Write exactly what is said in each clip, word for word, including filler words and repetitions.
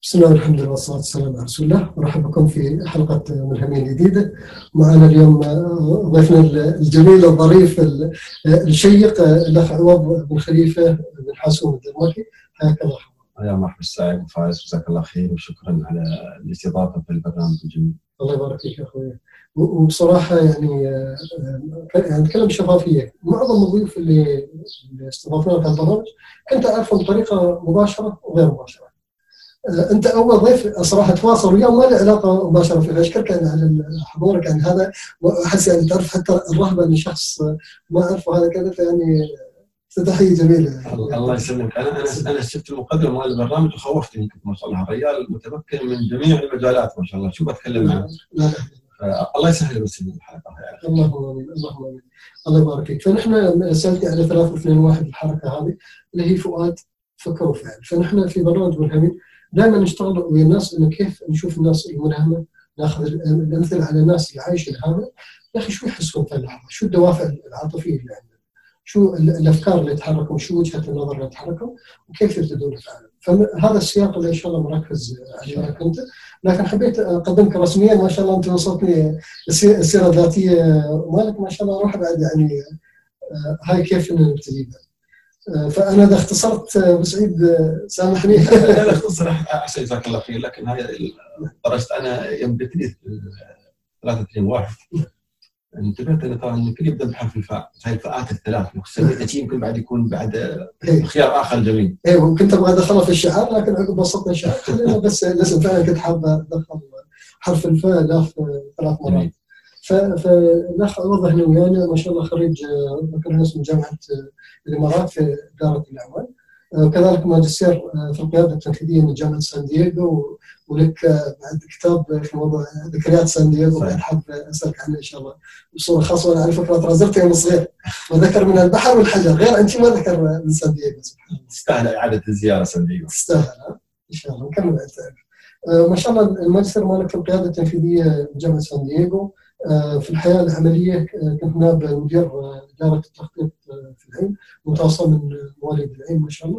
بسم الله والحمد لله والصلاة والسلام على رسول الله. مرحبا بكم في حلقة ملهمين جديدة. معنا اليوم ضيفنا الجميل الظريف الشيق الأخ عوض بن خليفة بن حاسوم الدنماركي. حياك الله. يا مرحبا السعيد فايز، جزاك الله خير وشكرا على الاستضافة في البرنامج الجميل. الله يبارك فيك يا أخوي. وبصراحة يعني يعني نتكلم بشفافية. معظم الضيوف اللي استضافناهم في البرنامج كنت أعرفهم بطريقة مباشرة وغير مباشرة. أنت أول ضيف صراحة تواصل وياه ما له علاقة مباشرة فيه، أشكرك على حضورك. يعني هذا وأحس يعني تعرف حتى الرهبة إن شخص ما أعرفه هذا كذا، فيعني تحية جميلة. الله يسلمك. أنا أنا أنا شفت المقدمة مال البرنامج وخوفتني، ما شاء الله الرجال متمكن من جميع المجالات ما شاء الله. شو بتكلم عنه؟ لا لا الله يسهل بس الحلقة. اللهم آمين اللهم آمين. الله يبارك فيك. فنحن سألتني على ثلاثة اثنين واحد الحركة هذه اللي هي فؤاد فكر وفعل. فنحن في برنامج ملهمين دائما نشتغل ويا الناس انه كيف نشوف الناس الملهمه، ناخذ الامثله على الناس اللي عايشه الهامه. يا اخي شو يحسون في اللحظه؟ شو الدوافع العاطفيه اللي عندهم؟ شو الافكار اللي تحركهم؟ شو وجهه النظر اللي تحركهم؟ وكيف يبتدون يفعلون؟ فهذا السياق اللي ان شاء الله مركز عليك انت. لكن حبيت اقدمك رسميا. ما شاء الله انت وصلتني السيره الذاتيه مالك ما شاء الله. روح بعد يعني هاي كيف نبتدي. فأنا إذا اختصرت بسعيد سامحني. لا لا اختصر أحسن جزاك الله خير. لكن هاي درجت أنا يوم بديت ثلاثة اثنين واحد انتبهت أنا طبعا الكل يبدأ بحرف الفاء. هاي الفاءات الثلاث سميتها شيء يمكن بعد يكون بعد خيار آخر جميل. إيه وكنت أبغى أدخلها في الشعار لكن عقب بسطنا الشعار خلينا بس لازم فعلا كنت حاب أدخل حرف الفاء لا ثلاث مرات. فالأخ عوض هنا ويانا ما شاء الله خريج بكالوريوس من جامعة الإمارات في إدارة الأعمال، وكذلك ماجستير في القيادة التنفيذية من جامعة سان دييغو، ولك بعد كتاب في موضوع ذكريات سان دييغو بعد حاب أسألك عنه إن شاء الله بصورة خاصة. وأنا على فكرة ترازلت يوم صغير وذكر من البحر والحجر غير أنت ما ذكر من سان دييغو. تستاهل إعادة الزيارة سان دييغو. تستاهل إن شاء الله. نكمل بعد. ما شاء الله الماجستير مالك في القيادة التنفيذية من جامعة سان دييغو. في الحياة العملية كنت نائب مدير إدارة التخطيط في العين، متوصل من مواليد العين ما شاء الله.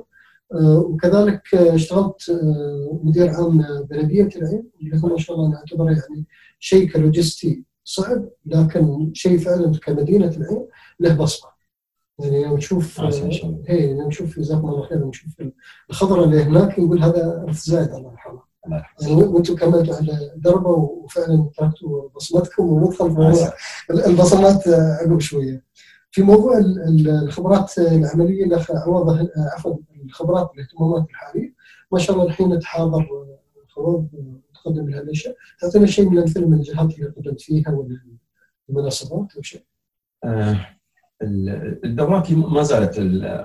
وكذلك اشتغلت مدير عام بلدية العين اللي هو ما شاء الله نعتبره يعني شيء كلوجستي صعب، لكن شيء فعلا كمدينة العين له بصمة. يعني لما نشوف هي لما نشوف جزاكم الله خير نشوف الخضرة اللي هناك نقول هذا رث زايد الله يرحمه. يعني وانتم كملتوا على دربه وفعلا تركتوا بصمتكم وندخل في موضوع البصمات عقب شويه. في موضوع الخبرات العمليه الاخ عوض عفوا الخبرات والاهتمامات الحاليه ما شاء الله الحين تحاضر خروج تقدم لها الاشياء. تعطينا شيء من الامثله من الجهات اللي قدمت فيها ولا المناسبات او شيء؟ آه الدورات ما زالت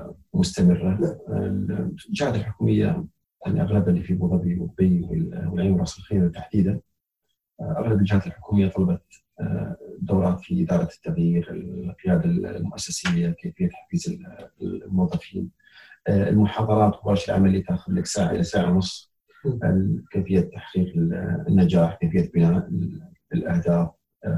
مستمره. الجهات الحكوميه يعني أغلب اللي في أبو ظبي وبي والعين وراس الخيمة تحديداً أغلب الجهات الحكومية طلبت دورات في إدارة التغيير، القيادة المؤسسية، كيفية تحفيز الموظفين، المحاضرات ورش العمل اللي تأخذ لك ساعة إلى ساعة ونص، كيفية تحقيق النجاح، كيفية بناء الأهداف.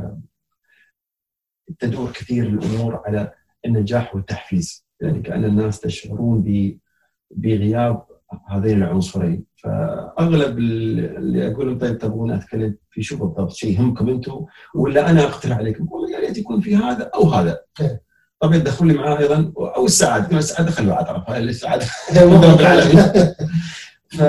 تدور كثير الأمور على النجاح والتحفيز، يعني كأن الناس تشعرون بغياب هذين العنصرين. فاغلب اللي اقول لهم طيب تبغون اتكلم في شو بالضبط؟ شيء يهمكم انتم ولا انا اقترح عليكم؟ والله يا ريت يكون في هذا او هذا. طب يدخل لي معاه ايضا او السعاده، كل السعاده خلوها على طرف، هاي السعاده رب العالمين. ف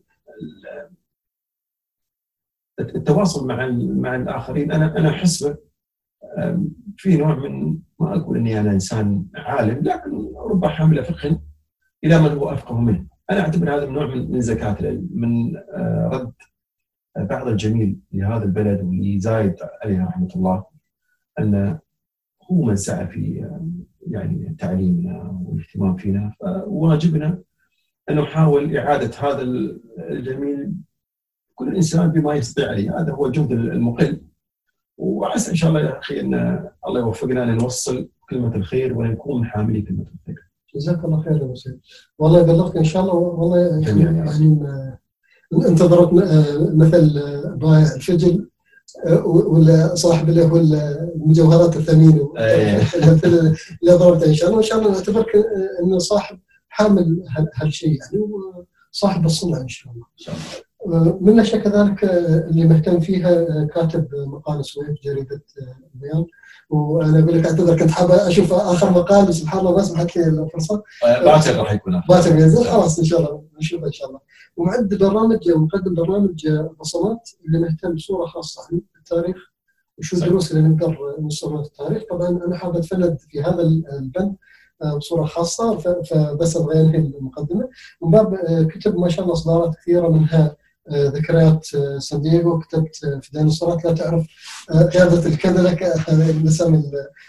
التواصل مع مع الاخرين انا انا احس في نوع من، ما اقول اني انا انسان عالم، لكن رب حامل فقه الى من هو افقه منه. أنا أعتبر هذا النوع من زكاة العلم، من رد بعض الجميل لهذا البلد واللي زايد عليها رحمة الله، أن هو من سعى في يعني تعليمنا والاهتمام فينا، فواجبنا أن نحاول إعادة هذا الجميل كل إنسان بما يستطيع عليه. هذا هو الجهد المقل، وعسى إن شاء الله يا أخي أن الله يوفقنا أن نوصل كلمة الخير ونكون من حاملي كلمة الخير. جزاك الله خير يا ابو سعيد. والله يبلغك ان شاء الله. والله يعني, يعني انتظرت مثل بائع الفجل ولا صاحب اللي هو المجوهرات الثمينه اللي ضربته ان شاء الله. وان شاء الله نعتبرك انه صاحب حامل هالشيء يعني وصاحب الصنعه ان شاء الله. من الاشياء كذلك اللي مهتم فيها كاتب مقال اسمه في جريده البيان، وانا اقول لك اعتذر كنت حابب اشوف اخر مقال وسبحان الله ما سمحت لي الفرصه. باكر راح يكون باكر ينزل خلاص ان شاء الله نشوفه ان شاء الله. ومعد برنامج مقدم برنامج بصمات اللي مهتم بصوره خاصه عن التاريخ وشو الدروس اللي نقدر نوصلها في التاريخ. طبعا انا حابب اتفند في هذا البند بصوره خاصه، فبس ابغى انهي المقدمه. من باب كتب ما شاء الله اصدارات كثيره، منها ذكريات سان دييغو، كتبت في ديناصورات لا تعرف، قياده الكذلة، الاسامي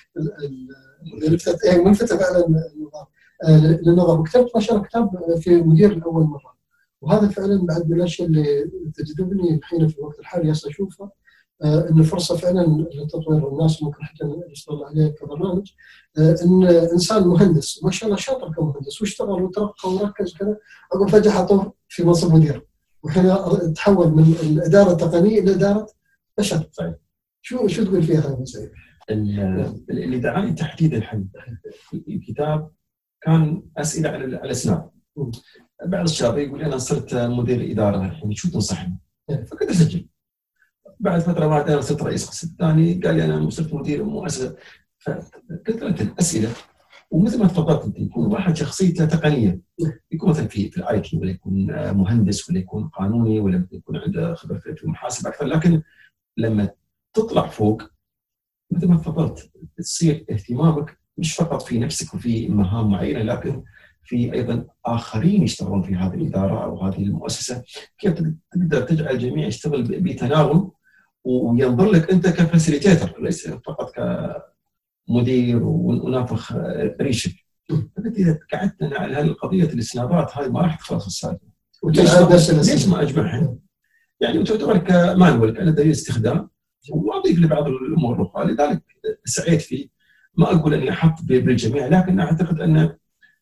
اللي لفتت ايه ملفته فعلا للنظر. وكتبت ما شاء الله كتاب في مدير لاول مره، وهذا فعلا بعد من الاشياء اللي تجذبني الحين في الوقت الحالي هسه اشوفها انه فرصه فعلا لتطوير الناس، ممكن حتى نشتغل عليها كبرنامج. ان انسان مهندس ما شاء الله شاطر كمهندس واشتغل وترقى وركز كذا، اقول فجاه حطوه في منصب مدير، وهنا تحول من الاداره التقنيه الى اداره بشر. صحيح. شو شو تقول فيها هذا سعيد؟ اللي دعاني تحديد الحل الكتاب كان اسئله على الاسناد. بعض الشباب يقول انا صرت مدير اداره الحين شو تنصحني؟ فكنت اسجل. بعد فتره واحده انا صرت رئيس قسم، الثاني قال لي انا صرت مدير مؤسسه. فكثرت الاسئله، ومثل ما تفضلت انت يكون واحد شخصيته تقنيه، يكون مثلا في في الاي تي، ولا يكون مهندس، ولا يكون قانوني، ولا يكون عنده خبره في المحاسبه اكثر. لكن لما تطلع فوق مثل ما تفضلت تصير اهتمامك مش فقط في نفسك وفي مهام معينه، لكن في ايضا اخرين يشتغلون في هذه الاداره او هذه المؤسسه، كيف تقدر تجعل الجميع يشتغل بتناغم وينظر لك انت كفاسيليتيتر ليس فقط كمدير ونافخ ريشه. فقلت اذا قعدنا على هالقضيه الاسنادات هاي ما راح تخلص السالفه. ليش ما اجمعها؟ يعني وتعتبر كمانوال كان دليل استخدام، واضيف لبعض الامور الاخرى. لذلك سعيت فيه. ما اقول اني احط بالجميع، لكن اعتقد ان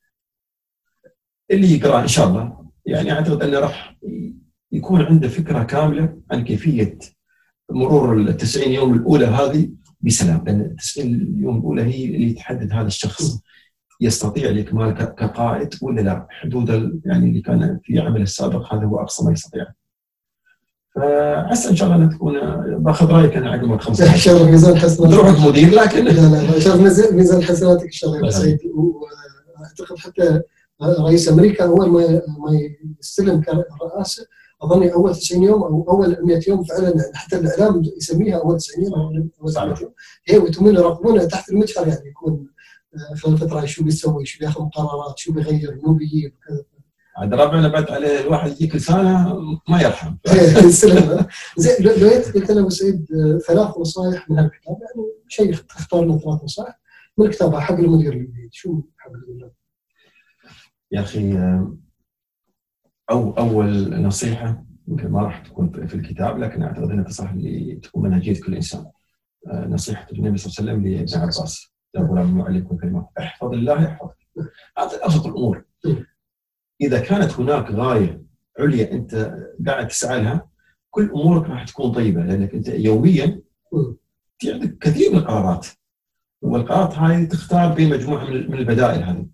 اللي يقرأ ان شاء الله يعني اعتقد انه راح يكون عنده فكره كامله عن كيفيه مرور التسعين يوم الاولى هذه بسلام، لان التسعين يوم الاولى هي اللي تحدد هذا الشخص يستطيع الاكمال كقائد ولا لا. حدود يعني اللي كان في عمله السابق هذا هو اقصى ما يستطيع. فعسى ان شاء الله ان تكون باخذ رايك انا عقب خمس ان شاء الله ميزان حسناتك روحك مدير، لكن لا لا ان شاء الله ميزان حسناتك ان شاء الله يا سيد. واعتقد حتى رئيس امريكا اول ما ما يستلم كرئاسه اظن اول تسعين يوم او اول مئة يوم فعلا، حتى الاعلام يسميها اول تسعين يوم او اول مئة يوم، هي ويتمون يراقبونه تحت المجهر، يعني يكون خلال فتره شو بيسوي، شو بياخذ قرارات، شو بيغير، مو بيجيب وكذا. عاد ربعنا بعد عليه الواحد يجيك لسانه ما يرحم. زين لو قلت انا ابو سعيد ثلاث نصائح من هالكتاب، يعني شيء تختار لنا ثلاث نصائح من الكتاب حق المدير الجديد، شو حق المدير؟ يا اخي او اول نصيحه يمكن ما راح تكون في الكتاب، لكن اعتقد انها تصح اللي تكون منهجيه كل انسان. نصيحه النبي صلى الله عليه وسلم لابن عباس: يا غلام عليكم كلمات احفظ الله يحفظك. هذا ابسط الامور. اذا كانت هناك غايه عليا انت قاعد تسعى لها، كل امورك راح تكون طيبه، لانك انت يوميا في عندك كثير من القرارات، والقرارات هاي تختار بين مجموعه من البدائل. هذه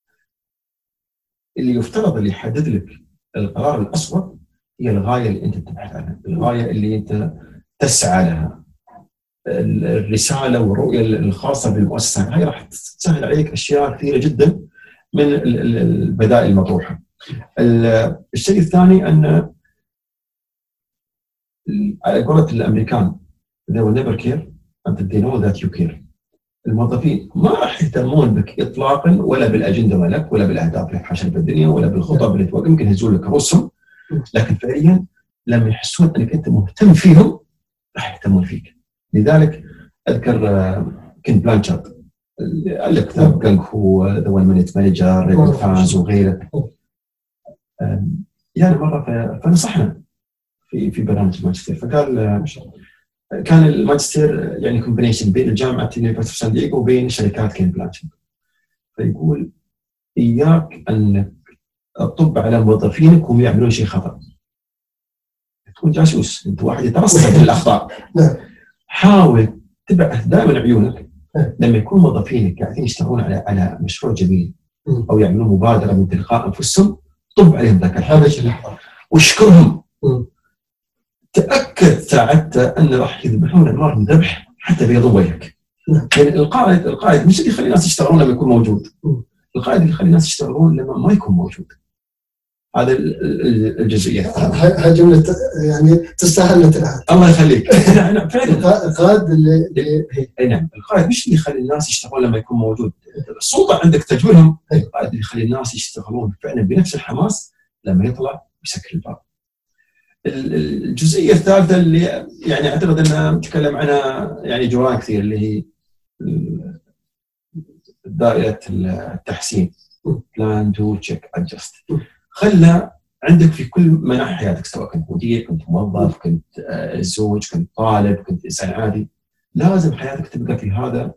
اللي يفترض اللي يحدد لك القرار الأصوب هي الغاية اللي أنت تبحث عنها، الغاية اللي أنت تسعى لها، الرسالة والرؤية الخاصة بالمؤسسة. هاي راح تسهل عليك أشياء كثيرة جدا من البدائل المطروحة. الشيء الثاني أن على قولة الأمريكان they will never care until they know that you care. الموظفين ما راح يهتمون بك اطلاقا، ولا بالاجنده مالك، ولا بالاهداف اللي حاشا بالدنيا، ولا بالخطط اللي توقع. يمكن يهزون لك رؤوسهم، لكن فعليا لما يحسون انك انت مهتم فيهم راح يهتمون فيك. لذلك اذكر كنت بلانشارد الف كتاب جانج هو ذا وان مينيت مانجر، ريبل فانز وغيره. يعني مره فنصحنا في في برنامج مانشستر، فقال كان الماجستير يعني كومبينيشن بين الجامعه يونيفرسيتي سان دييغو وبين شركات كين بلانشارد. فيقول اياك ان تطب على موظفينك وهم يعملون شيء خطا. تكون جاسوس، انت واحد يترصد في الاخطاء. حاول تبعث دائما عيونك لما يكون موظفينك قاعدين يشتغلون على على مشروع جميل او يعملون مبادره من تلقاء انفسهم، طب عليهم ذاك الحاجه واشكرهم تأكد ساعتها أن راح يذبحون أنواع من ذبح حتى بيضوا وجهك. يعني القائد القائد مش اللي يخلي الناس يشتغلون لما يكون موجود، القائد اللي يخلي الناس يشتغلون لما ما يكون موجود. هذا الجزئية. هاي جملة يعني تستاهل نتلعب. الله يخليك. نعم فعلا. القائد اللي اي نعم القائد مش اللي يخلي الناس يشتغلون لما يكون موجود، السلطة عندك تجبرهم، القائد اللي يخلي الناس يشتغلون فعلا بنفس الحماس لما يطلع يسكر الباب. الجزئية الثالثة اللي يعني أعتقد أنها نتكلم عنها يعني جوان كثير، اللي هي دائرة التحسين plan do check adjust. خلى عندك في كل مناحي حياتك، سواء كنت مدير، كنت موظف، كنت زوج، كنت طالب، كنت إنسان عادي، لازم حياتك تبقى في هذا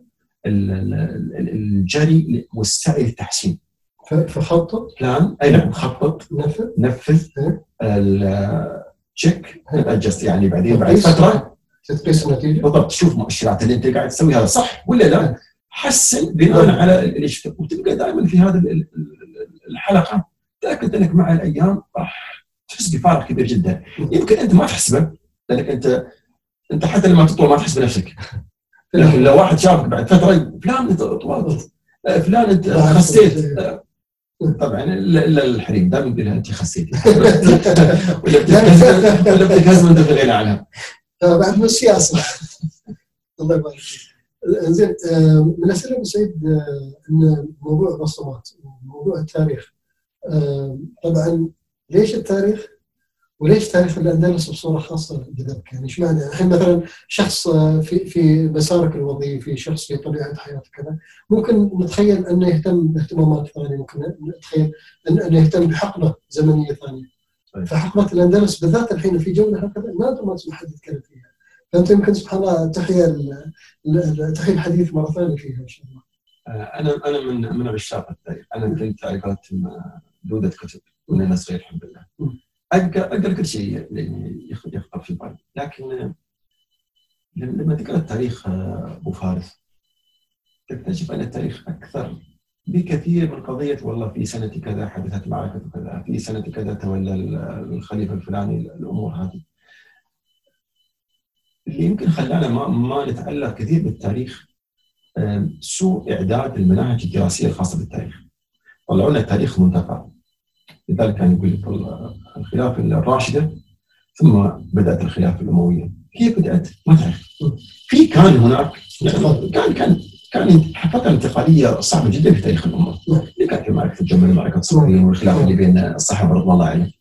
الجري والسعي للتحسين. فخطط بلان، أي نعم خطط، نفذ نفذ تشيك ادجست، يعني بعدين بعد فتره تقيس النتيجه بالضبط، تشوف مؤشرات اللي انت قاعد تسوي هذا صح ولا لا، حسن بناء على اللي شفته، وتبقى دائما في هذه الحلقه تاكد انك مع الايام راح تحس بفارق كبير جدا. يمكن انت ما تحسبه لانك انت انت حتى لما تطول ما تحس بنفسك، لكن لو واحد شافك بعد فتره فلان انت طولت، فلان انت خسيت، طبعا الا الحريم دائما يقول لها انت خسيتي ولا بتتكلم ولا بتتكلم انت في غنى عنها بعد من السياسه. الله يبارك فيك. زين، من الاسئله ابو سعيد ان موضوع الرسومات وموضوع التاريخ، طبعا ليش التاريخ وليش تاريخ الاندلس بصوره خاصه بذلك؟ يعني ايش معنى الحين مثلا شخص في في مسارك الوظيفي، شخص في طبيعه حياته كذا، ممكن نتخيل انه يهتم باهتمامات ثانيه، ممكن نتخيل انه يهتم بحقبه زمنيه ثانيه. فحقبه الاندلس بالذات الحين في جوله هكذا نادر ما تسمع حد يتكلم فيها، فانت يمكن سبحان الله تحيا تحيا الحديث مره ثانيه فيها ان شاء الله. انا انا من من عشاق التاريخ، انا كنت تعرفات دوده كتب من انا صغير الحمد لله. أقدر أقدر كل شيء يخطر في بالي، لكن لما تقرأ التاريخ أبو فارس تكتشف أن التاريخ أكثر بكثير من قضية والله في سنة كذا حدثت معركة كذا، في سنة كذا تولى الخليفة الفلاني، الأمور هذه اللي يمكن خلانا ما, ما نتعلق كثير بالتاريخ سوء إعداد المناهج الدراسية الخاصة بالتاريخ. طلعوا لنا التاريخ منتقى، لذلك كان يقول لك الخلافة الراشدة ثم بدأت الخلافة الأموية. كيف بدأت؟ ما تعرف. في كان هناك يعني كان كان كان فترة انتقالية صعبة جدا في تاريخ الأمة، اللي كانت معركة الجمل، معركة صفين، والخلاف اللي بين الصحابة رضي الله عنهم.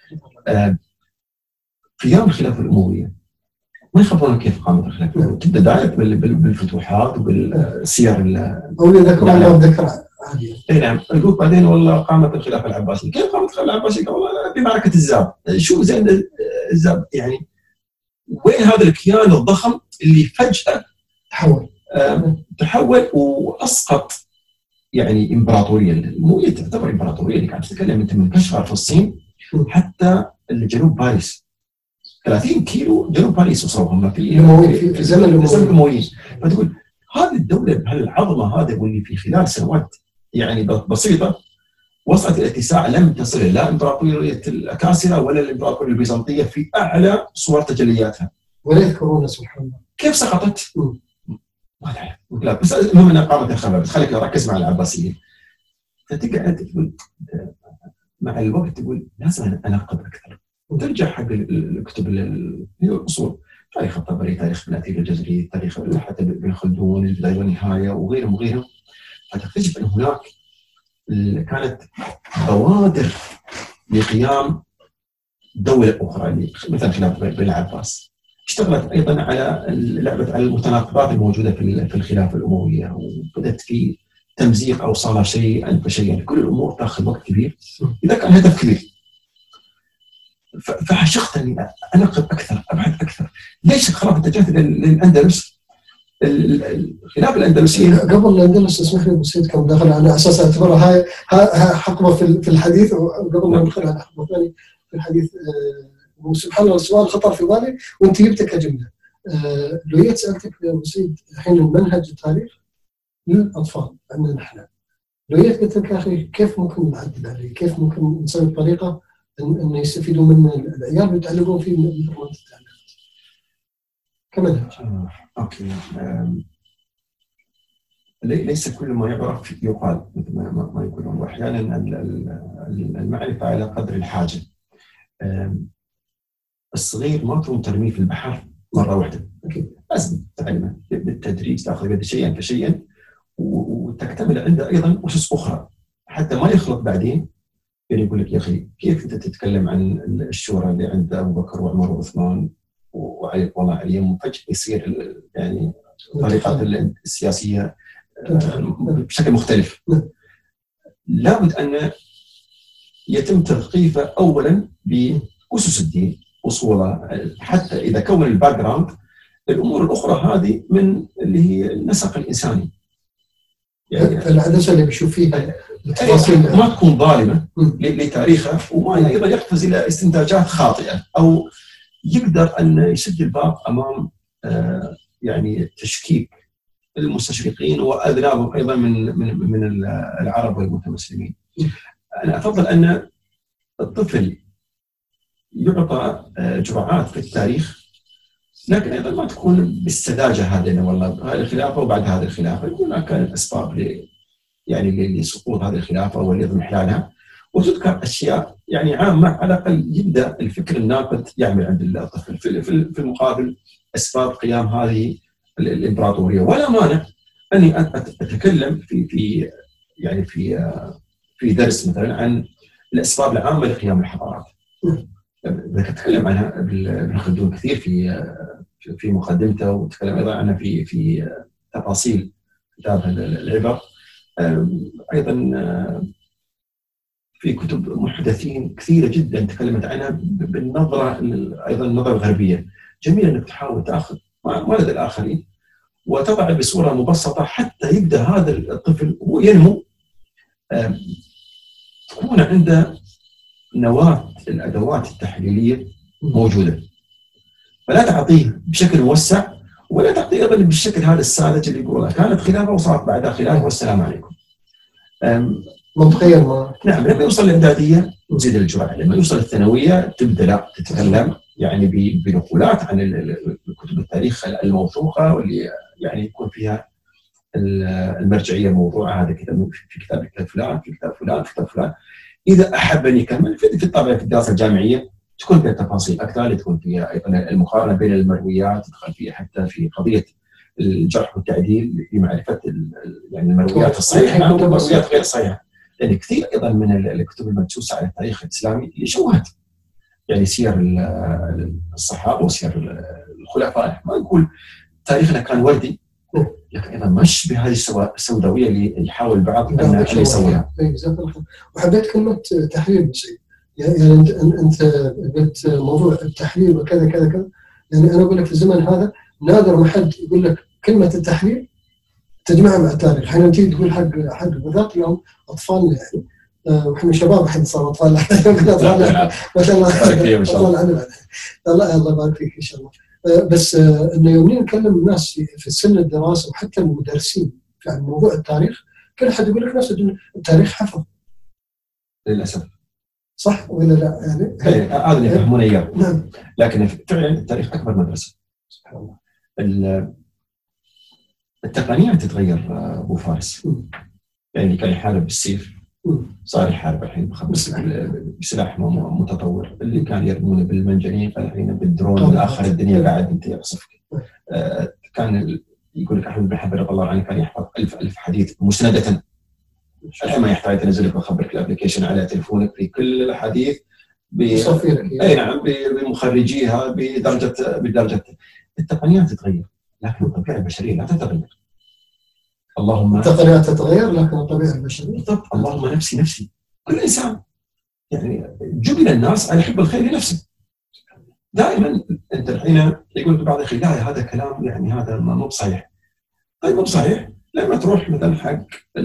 في أيام الخلافة الأموية ما يخافون كيف قامت الخلافة الأموية، تبدأ دائرة بالفتوحات وبالسير أولي ذكر الله ذكر اي نعم. يقول بعدين والله قامت الخلافه العباسيه. كيف قامت الخلافه العباسيه؟ والله في معركه الزاب. شو زين الزاب يعني؟ وين هذا الكيان الضخم اللي فجاه تحول آه تحول واسقط يعني امبراطوريه. الامويه تعتبر امبراطوريه، اللي قاعد تتكلم انت من كشغر في الصين حتى جنوب باريس، ثلاثين كيلو جنوب باريس وصلوا في في, في زمن الامويين. فتقول هذه الدوله بهالعظمه هذا واللي في خلال سنوات يعني بسيطة وصلت الاتساع لم تصل لا إمبراطورية الأكاسرة ولا الإمبراطورية البيزنطية في أعلى صور تجلياتها. ولا يذكرون سبحان الله. كيف سقطت؟ ما تعرف. لا بس المهم أنها قامت الخلافة. خليك ركز مع العباسيين. فتقعد تقول مع الوقت تقول لازم أنقد أكثر. وترجع حق الكتب الأصول، تاريخ الطبري، تاريخ ابن عتيق الجزري، تاريخ حتى ابن خلدون، البداية والنهاية وغيرهم وغيرهم. فتكتشف أن هناك كانت بوادر لقيام دولة أخرى مثل خلافة بني العباس. اشتغلت أيضا على لعبة على المتناقضات الموجودة في الخلافة الأموية، وبدأت في تمزيق أو صار شيئا فشيئا. كل الأمور تأخذ وقت كبير إذا كان هدف كبير. فعشقت أني أنقب أكثر، أبحث أكثر. ليش الخلافة اتجهت للأندلس؟ الخلافة الأندلسية قبل الأندلس اسمح لي بسيط كم داخل على أساس أعتبرها هاي حقبة في الحديث، وقبل ما ندخل على حقبة ثانية في الحديث. وسبحان الله السؤال خطر في بالي وأنت جبته كجملة. لو جيت سألتك يا أبو سعيد الحين المنهج التاريخ للأطفال عندنا نحن، لو جيت قلت لك يا أخي كيف ممكن نعدل عليه؟ كيف ممكن نسوي بطريقة إن إنه يستفيدوا من العيال ويتعلمون فيه مثل ما أنت تعلمت كمنهج. آه، أوكي. آم، لي- ليس كل ما يعرف يقال مثل ما ما- ما يقولون، وأحيانا ال- ال- المعرفة على قدر الحاجة. آم، الصغير ما تروم ترميه في البحر مرة واحدة، أكيد. لازم تعلمه بالتدريج، تأخذ يده شيئا فشيئا و- وتكتمل عنده أيضا أسس أخرى حتى ما يخلط بعدين. يعني يقول لك يا أخي كيف أنت تتكلم عن الشورى اللي عند أبو بكر وعمر وعثمان وعلي والله عليهم، فجأة يصير ال- يعني الطريقات السياسية آه، بشكل مختلف. لابد أن يتم تثقيفه أولا بأسس الدين، أصوله، حتى إذا كون الباك جراوند الأمور الأخرى هذه من اللي هي النسق الإنساني. يعني العدسة اللي بيشوف فيها التفاصيل ما تكون ظالمة لتاريخه، وما أيضا يقفز إلى استنتاجات خاطئة أو يقدر أن يسد الباب أمام آه يعني تشكيك المستشرقين وأذنابهم أيضا من من من العرب والمتمسلمين. أنا أفضل أن الطفل يعطى جرعات في التاريخ، لكن أيضا ما تكون بالسذاجة هذه، والله هذه الخلافة وبعد هذه الخلافة يكون هناك أسباب ل يعني لسقوط هذه الخلافة ولإضمحلالها، وتذكر أشياء يعني عامة على الأقل يبدأ الفكر الناقد يعمل عند الطفل. في المقابل أسباب قيام هذه الإمبراطورية، ولا مانع أني أتكلم في في يعني في في درس مثلا عن الأسباب العامة لقيام الحضارات. إذا تكلم عنها ابن خلدون كثير في في مقدمته، وتكلم أيضا عنها في في تفاصيل كتاب العبر. أيضا في كتب محدثين كثيرة جدا تكلمت عنها بالنظرة أيضا النظرة الغربية. جميل أنك تحاول تأخذ ما لدى الآخرين وتضع بصورة مبسطة حتى يبدأ هذا الطفل هو ينمو تكون عنده نواة الأدوات التحليلية موجودة، فلا تعطيه بشكل موسع ولا تعطيه أيضا بالشكل هذا الساذج اللي يقول كانت خلافة وصارت بعدها خلافة والسلام عليكم. منطقيا ما نعم. لما يوصل الإعدادية نزيد الجرعة، لما يوصل الثانوية تبدأ لا تتكلم يعني بنقولات عن كتب التاريخ الموثوقة واللي يعني يكون فيها المرجعية الموضوعة، هذا كتاب في كتاب كتاب فلان في كتاب فلان في كتاب فلان. إذا أحب أن يكمل في الطبع في الدراسة الجامعية تكون فيها تفاصيل أكثر، تكون فيها أيضا المقارنة بين المرويات، تدخل فيها حتى في قضية الجرح والتعديل لمعرفة يعني المرويات الصحيحة والمرويات غير الصحيحة، لأن كثير أيضا من الكتب المدسوسة على التاريخ الإسلامي اللي شوهت يعني سير الصحابة وسير الخلفاء. ما نقول تاريخنا كان وردي، لكن أيضا مش بهذه السوداوية اللي يحاول البعض أن يسويها. وحبيت كلمة تحليل بسيط، يعني أنت أنت قلت موضوع التحليل وكذا كذا كذا، يعني أنا أقول لك في الزمن هذا نادر ما حد يقول لك كلمة التحليل تجمعها مع التاريخ. حين تيجي تقول حق حق بالذات اليوم أطفالنا يعني وإحنا شباب الحين صار أطفال ما شاء الله ما شاء الله عننا الله الله يبارك فيك إن شاء الله. بس إنه يوم نكلم الناس في سن الدراسة وحتى المدرسين عن موضوع التاريخ كل حد يقول لك نفس التاريخ حفظ للأسف، صح ولا لا؟ يعني هذا اللي يفهمونه إياه. نعم. لكن فعلا التاريخ أكبر مدرسة. سبحان الله. التقنيات تتغير أبو فارس، يعني كان يحارب بالسيف صار يحارب الحين بسلاح متطور، اللي كان يرمونه بالمنجنيق الحين بالدرون والآخر الدنيا قاعد انت يقصفك. آه كان يقول لك أحمد بن حنبل رضي الله عنه كان يحفظ ألف ألف حديث مسندة، الحين ما يحتاج تنزل لك وخبرك الابلكيشن على تلفونك في كل الحديث ب... اي نعم بمخرجيها بدرجة بدرجة. التقنيات تتغير لكن الطبيعة البشرية لا تتغير. اللهم التقنيات تتغير لكن الطبيعة البشرية بالضبط. اللهم نفسي نفسي. كل إنسان يعني جبل الناس على حب الخير لنفسه. دائما أنت الحين يقول بعض أخي لا هذا كلام يعني هذا مو بصحيح. طيب مو بصحيح لما تروح مثلا حق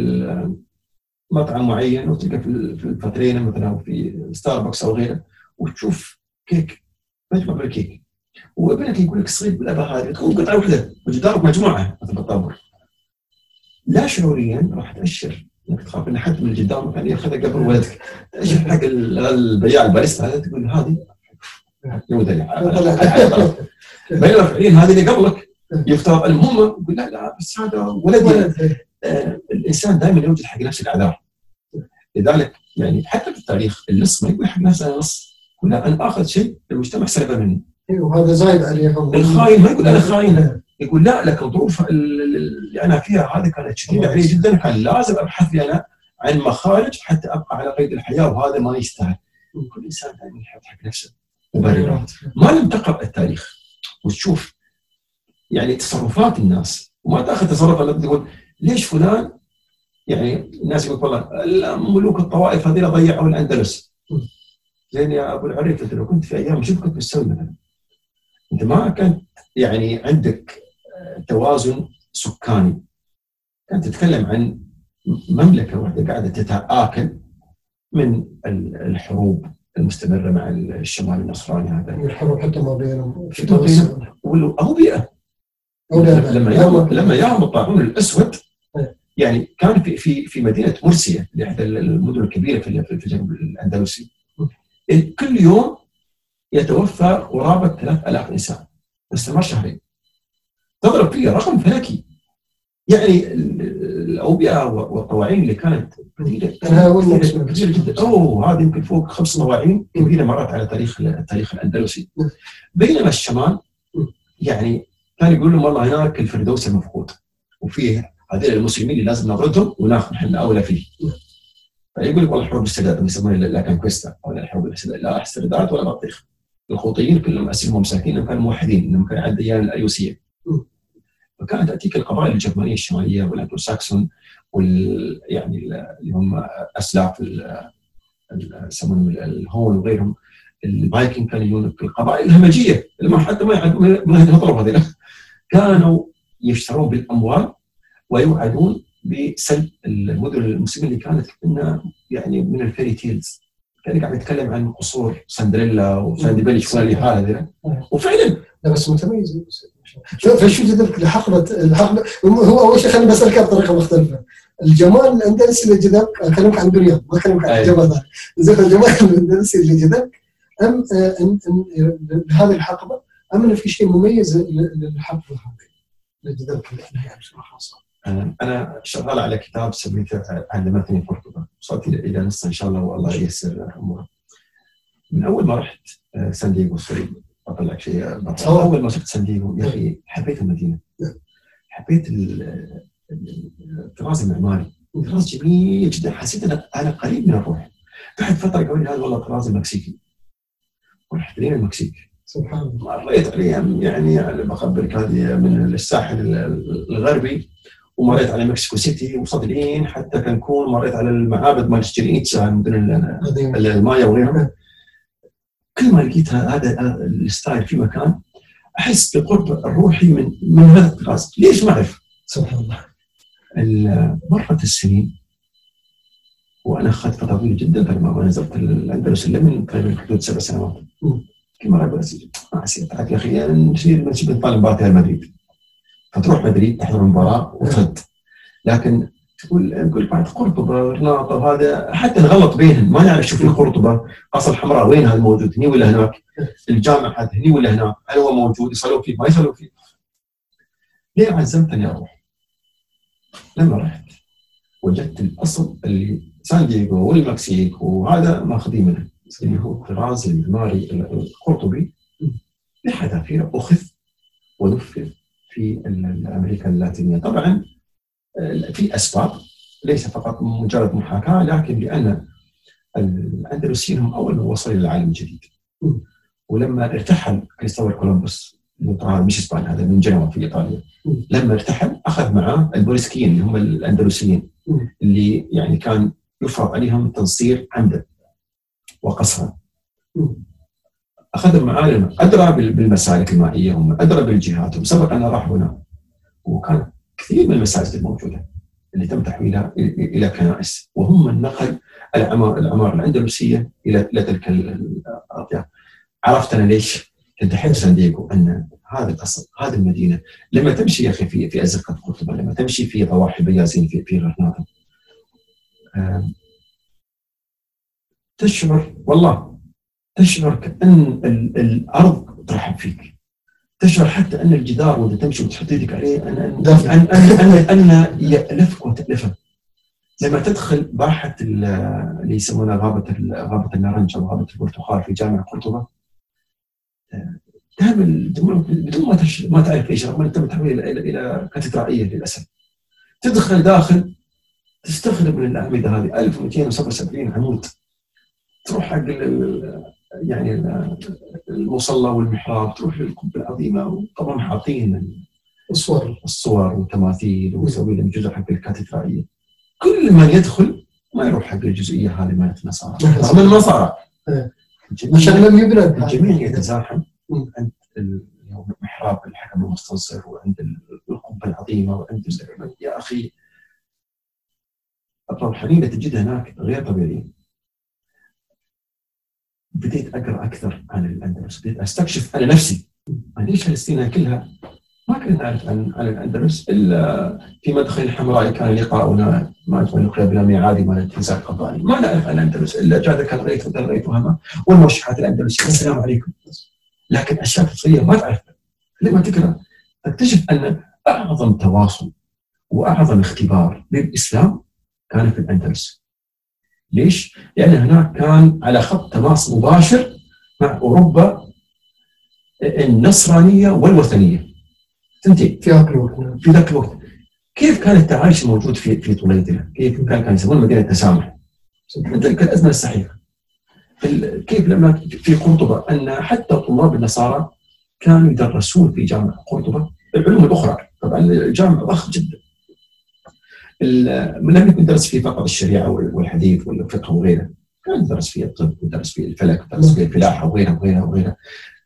مطعم معين وتلقى في الفترين مثلا في ستاربكس أو غيره وتشوف كيك مجموعة بالكيك وابنك يقول لك صغير بالأبا هذه تكون قطعة واحدة وجدارك مجموعة مثل بالطابور، لا شعوريا راح تأشر انك تخاف ان حد من اللي قدامك يعني ياخذها قبل ولدك. ايش حق البياع الباريستا هذا تقول هذه يود اللي بينما فعليا هذه اللي قبلك يفترض المهم يقول لا لا بس هذا ولدي. آه الانسان دائما يوجد حق نفس الاعذار. لذلك يعني حتى في التاريخ اللص ما يقول حق نفسه انا لص، يقول لا انا اخذ شيء المجتمع سلبه مني. وهذا زايد عليهم. الخاين ما يقول انا خاين، يقول لا لكن الظروف اللي انا فيها هذه كانت شديده علي جدا، كان لازم ابحث لي انا عن مخارج حتى ابقى على قيد الحياه، وهذا ما يستاهل. كل انسان دائما يحط حق نفسه مبررات. ما لم تقرا التاريخ وتشوف يعني تصرفات الناس وما تاخذ تصرف الذي تقول ليش فلان، يعني الناس يقول والله ملوك الطوائف هذول ضيعوا الاندلس. زين يا ابو العريف انت لو كنت في ايام شو كنت بتسوي مثلا؟ انت ما كنت يعني عندك توازن سكاني، كانت تتكلم عن مملكه واحده قاعده تتآكل من الحروب المستمره مع الشمال النصراني هذا، الحروب حتى ما بينهم او بيئه. لما يوم لما يوم الطاعون الاسود يعني كان في في في مدينه مرسيا اللي احدى المدن الكبيره في في الجنوب الاندلسي، كل يوم يتوفى قرابه ثلاثة آلاف انسان باستمرار شهرين. تضرب فيه رقم فلكي. يعني الاوبئه والطواعين اللي كانت كثيره كثيره جدا، اوه هذه يمكن فوق خمس طواعين كبيره مرت على تاريخ التاريخ الاندلسي. بينما الشمال يعني كان يقول لهم والله هناك الفردوس المفقود وفيه هذول المسلمين اللي لازم نردهم وناخذ احنا اولى فيه. فيقول لك والله حروب السداد يسمونها لا كونكويستا او الحروب السداد، لا استرداد ولا بطيخ. الخوطيين كلهم اسلموا مساكين كانوا موحدين، انهم كانوا على الديانه الايوسيه. فكانت تاتيك القبائل الجرمانيه الشماليه والانجلو ساكسون وال يعني اللي هم اسلاف يسمونهم الهون وغيرهم، الفايكنج كانوا يجون القبائل الهمجيه اللي ما حتى ما ما يهضروا هذول، كانوا يشترون بالاموال ويوعدون بسلب المدن المسلمين اللي كانت كنا يعني من الفيري تيلز. كان قاعد يتكلم عن قصور سندريلا وساندبيلي شو اللي هذا، وفعلا لا بس متميز. فشو جذبك لحقبه الحقبه؟ هو اول شيء خليني بسالك بطريقه مختلفه. الجمال الاندلسي اللي جذبك، اكلمك عن بريان ما اكلمك عن الجمال هذا، زين الجمال الاندلسي اللي جذبك ام ان هذه الحقبه ام انه في شيء مميز للحقبه هذه اللي جذبك يعني بصوره خاصه؟ أنا شغال على كتاب سميته علمتني قرطبة، وصلت إلى نص إن شاء الله والله ييسر أموره. من أول ما رحت سان دييغو سوري أطلع لك شيء، أول ما شفت سان دييغو يا أخي حبيت المدينة، حبيت الطراز المعماري، طراز جميل جدا، حسيت أن أنا قريب من الروح. بعد فترة قالوا لي هذا والله الطراز المكسيكي، ورحت لين المكسيك سبحان الله، مريت عليهم يعني بخبرك هذه من الساحل الغربي، ومريت على مكسيكو سيتي، وصلت لين حتى كانكون، مريت على المعابد مال تشيرين إتسا مدن المايا وغيرها. كل ما لقيت هذا الستايل في مكان أحس بقرب الروحي من من هذا الطراز، ليش ما أعرف. سبحان الله. مرت السنين وأنا أخذت فترة طويلة جدا لما نزلت الأندلس من تقريبا حدود سبع سنوات. كل مرة بس ما أحسيت يا أخي نصير نسيب نطالب مباراة مدريد، فتروح مدريد تحضر المباراة وترد. لكن تقول نقول بعد قرطبة ورناطة هذا حتى نغلط بينهم، ما نعرف شوف القرطبة قصر الحمراء وين هذا موجود، هني ولا هناك، الجامع هذا هني ولا هناك، هل هو موجود يصلوا فيه ما يصلوا فيه. ليه عزمتني أروح؟ لما رحت وجدت الأصل اللي سان دييغو والمكسيك وهذا ماخذين منه، اللي هو الطراز المعماري القرطبي بحذافيره أخذ ونفذ في أمريكا اللاتينية. طبعا في أسباب ليس فقط مجرد محاكاة، لكن لأن الأندلسيين هم أول من وصلوا للعالم الجديد. ولما ارتحل كريستوفر كولومبوس مش إسبانيا، هذا من جنوب في إيطاليا، لما ارتحل أخذ معه البوريسكيين اللي هم الأندلسيين اللي يعني كان يفرض عليهم تنصير عمدا وقصرا. أخذ معاه أدرى بالمسالك المائية، هم أدرى بالجهات، وسبق أن راح هنا، وكان كثير من المساجد الموجودة اللي تم تحويلها إلى كنائس، وهم من نقل العمار العمار الأندلسية إلى إلى تلك الأرض. عرفت أنا ليش كنت أحب سان دييغو، أن هذا الأصل، هذه المدينة لما تمشي يا أخي في في أزقة قرطبة، لما تمشي في ضواحي بيازين في في غرناطة، تشعر والله تشعر كأن الأرض ترحب فيك، تشعر حتى أن الجدار وأنت تمشي وتحط يدك عليه أن أن أن أن, أن يألفك وتألفه. لما تدخل باحة اللي يسمونها غابة غابة النارنج أو غابة البرتقال في جامعة قرطبة، تهمل بدون ما ما تعرف ايش، رغم انت متحول الى الى كاتدرائيه للاسف. تدخل داخل تستخدم من الاعمده هذه ألف ومئتين وسبعة وسبعين عمود، تروح حق يعني المصلى والمحراب، تروح للقبه العظيمه، وطبعا حاطين الصور الصور والتماثيل ويسوي لهم جزء حق الكاتدرائيه. كل من يدخل ما يروح حق الجزئيه هذه مالت النصارى، رغم النصارى عشان لم يبرد الجميع يتزاحم عند محراب الحكم المستنصر وعند القبه العظيمه وعند يا اخي الروحانيه تجد هناك غير طبيعيه. بديت اقرا اكثر عن الاندلس، بديت استكشف انا نفسي عن ليش فلسطين كلها ما كنت اعرف عن عن الاندلس الا في مدخل الحمراء كان لقاؤنا مع القيادة بلا ميعاد مال الاتزان القضائي، ما نعرف عن الاندلس الا جاء ذكر رأيت وذا رأيتها والمرشحات الاندلسيه السلام عليكم. لكن اشياء تصير ما تعرفها. لما تقرا تكتشف ان اعظم تواصل واعظم اختبار للاسلام كان في الاندلس. ليش؟ لان هناك كان على خط تماس مباشر مع اوروبا النصرانيه والوثنيه. تنتهي في ذاك الوقت في ذاك الوقت كيف كان التعايش موجود في في طليطله؟ كيف كان كان يسمون مدينه التسامح من تلك الازمه السحيقه. كيف لما في قرطبة أن حتى طلاب النصارى كانوا يدرسون في جامعة قرطبة العلوم الأخرى. طبعا الجامعة ضخم جدا، لم يكن يدرس فيه فقط الشريعة والحديث والفقه وغيره، كان يدرس فيه الطب ويدرس فيه الفلك ويدرس فيه الفلاحة وغيرها وغيرها وغيرها.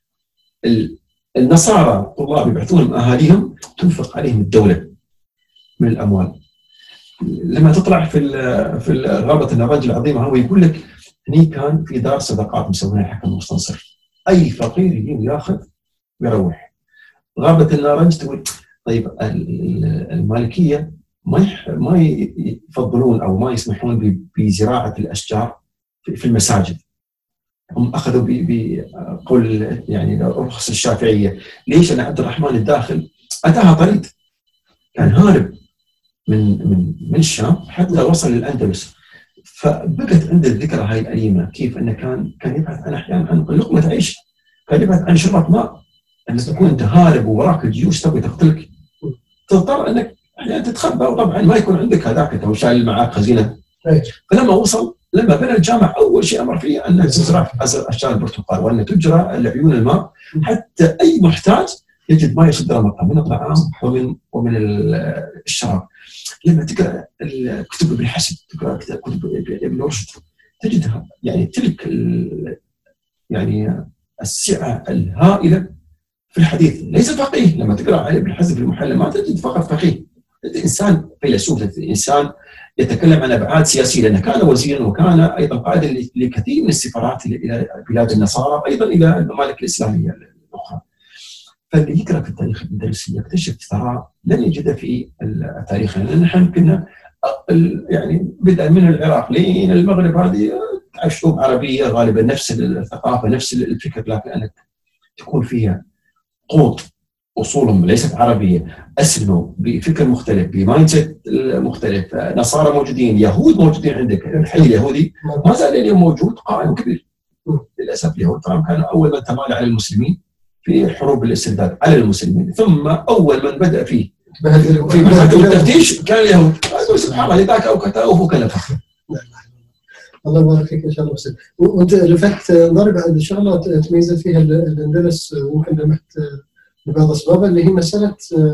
النصارى الطلاب يبعثون أهاليهم تنفق عليهم الدولة من الأموال. لما تطلع في في غابة النارنج العظيمة هو يقول لك هني كان في دار صدقات مسوينها الحكم المستنصر، اي فقير يجي ياخذ ويروح. غابه النارنج تقول طيب المالكيه ما ما يفضلون او ما يسمحون بزراعه الاشجار في المساجد، هم اخذوا بقول يعني رخص الشافعيه. ليش؟ انا عبد الرحمن الداخل اتاها طريد، كان هارب من من من الشام حتى وصل للاندلس. فبقت عند الذكرى هاي الأليمة كيف أنه كان كان يبحث عن أحيانا عن لقمة عيش، كان يبحث عن شربة ماء. أن تكون أنت هارب ووراك الجيوش تبي تقتلك، تضطر أنك أحيانا تتخبى، وطبعا ما يكون عندك هذاك أنت وشايل معك خزينة. فلما وصل لما بنى الجامع أول شيء أمر فيه أن تزرع أشجار البرتقال وأن تجرى لعيون الماء حتى أي محتاج يجد ما يصد رمقه من الطعام ومن ومن الشراب. لما تقرأ كتب ابن حسن، تقرأ كتب ابن رشد، تجدها يعني تلك يعني السعة الهائلة في الحديث. ليس فقيه، لما تقرأ عن ابن حزم في المحلى ما تجد فقط فقيه، تجد إنسان فيلسوف، إنسان يتكلم عن أبعاد سياسية، لأنه كان وزيرا وكان أيضا قائدا لكثير من السفارات إلى بلاد النصارى أيضا إلى الممالك الإسلامية الأخرى. فاللي يقرأ في التاريخ الأندلسي يكتشف ثراء لن يجده في التاريخ، لأن نحن كنا يعني بدءا من العراق لين المغرب هذه شعوب عربية غالبا نفس الثقافة نفس الفكر، لكن أنك تكون فيها قوط أصولهم ليست عربية، أسلموا بفكر مختلف بمايندسيت مختلف، نصارى موجودين، يهود موجودين عندك، الحي اليهودي ما زال اليوم موجود قائم كبير. للأسف اليهود طبعا كانوا أول من تمالى على المسلمين في حروب الاسترداد على المسلمين، ثم أول من بدأ فيه في محاكم التفتيش كان اليهود. سبحان الله ذاك أو كتاوه وكلفه. الله يبارك فيك ان شاء الله. بس وانت لفتت نظري بعد شغله تميزت فيها الاندلس وممكن لمحت لبعض اسبابها اللي هي مساله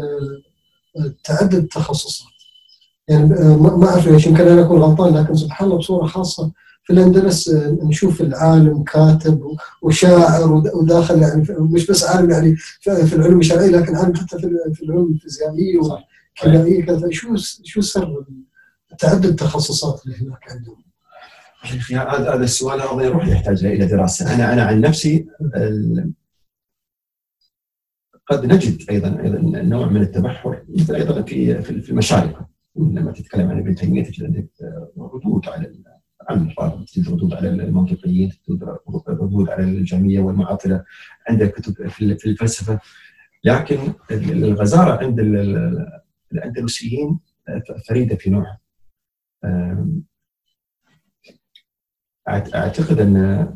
تعدد التخصصات. يعني ما اعرف ليش، يمكن انا اكون غلطان، لكن سبحان الله بصوره خاصه في الاندلس نشوف العالم كاتب وشاعر وداخل يعني مش بس عالم يعني في العلوم الشرعيه، لكن عالم حتى في العلوم الفيزيائيه والكيميائيه. شو شو سر تعدد التخصصات اللي هناك عندهم؟ هذا هذا السؤال هذا يروح يحتاج الى دراسه. انا انا عن نفسي قد نجد ايضا ايضا نوع من التبحر مثل ايضا في في المشارق. لما تتكلم عن ابن تيمية تجد عندك ردود على عن تجد ردود على المنطقيين، تجد ردود على الجهمية والمعطلة، عندك كتب في الفلسفة. لكن الغزارة عند الأندلسيين فريدة في نوعها. أعتقد أن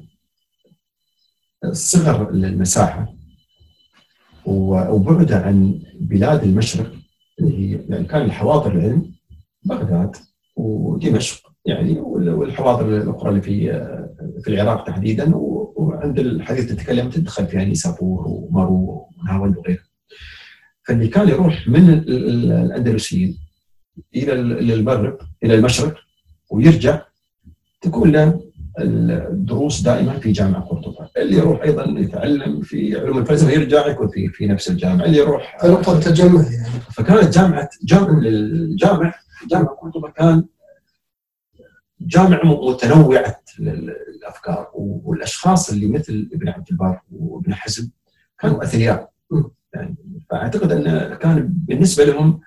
صغر المساحة وبعدها عن بلاد المشرق اللي هي يعني كان الحواضر العلم بغداد ودمشق يعني، والحواضر الأخرى اللي في في العراق تحديدا، وعند الحديث تتكلم تدخل فيها نيسابور ومارو ونهاوند وغيرها. فاللي كان يروح من الأندلسيين إلى المغرب إلى المشرق ويرجع تكون له الدروس دائما في جامعة قرطبة. اللي يروح أيضا يتعلم في علوم الفلسفة يرجع يكون في في نفس الجامعة. اللي يروح نقطة تجمع يعني. فكانت جامعة جامع الجامع جامعة قرطبة كان جامعة متنوعة الأفكار، والأشخاص اللي مثل ابن عبد البر وابن حزم كانوا أثرياء يعني. فأعتقد أن كان بالنسبة لهم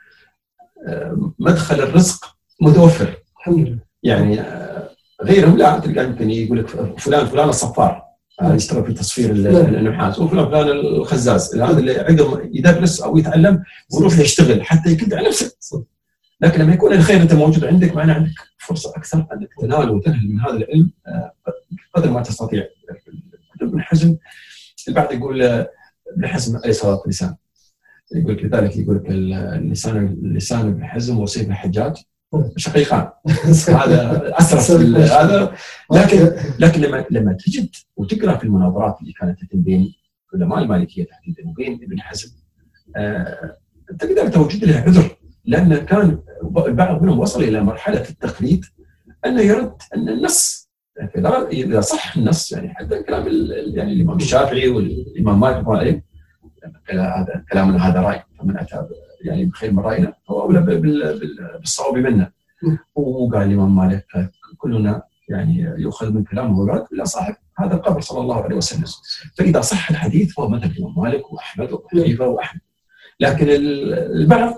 مدخل الرزق متوفر الحمد لله يعني. غيرهم لا، تلقى يمكن يقول لك فلان فلان الصفار يشتغل في تصفير النحاس، وفلان فلان الخزاز، هذا اللي عقب يدرس او يتعلم ويروح يشتغل حتى يكد على نفسه. لكن لما يكون الخير انت موجود عندك، معناه عندك فرصه اكثر انك تنال وتنهل من هذا العلم قدر ما تستطيع. ابن حزم البعض يقول ابن حزم ايسر لسان، يقول لك لذلك يقول لك اللسان لسان ابن حزم وسيف الحجاج شقيقان. هذا اسرف هذا. لكن لكن لما لما تجد وتقرا في المناظرات اللي كانت تتم بين علماء المالكيه تحديدا وبين ابن حزم، آه تقدر توجد له عذر، لان كان البعض منهم وصل الى مرحله التقليد انه يرد ان النص اذا صح النص يعني، حتى كلام يعني الامام الشافعي والامام مالك رحمه الله عليه، هذا كلامنا هذا راي، فمن اتى يعني بخير من راينا هو اولى بالصواب منا. وقال الامام مالك كلنا يعني يؤخذ من كلامه ويرد الا صاحب هذا القبر صلى الله عليه وسلم. فاذا صح الحديث فهو مذهب الامام مالك واحمد وابو حنيفه واحمد. لكن البعض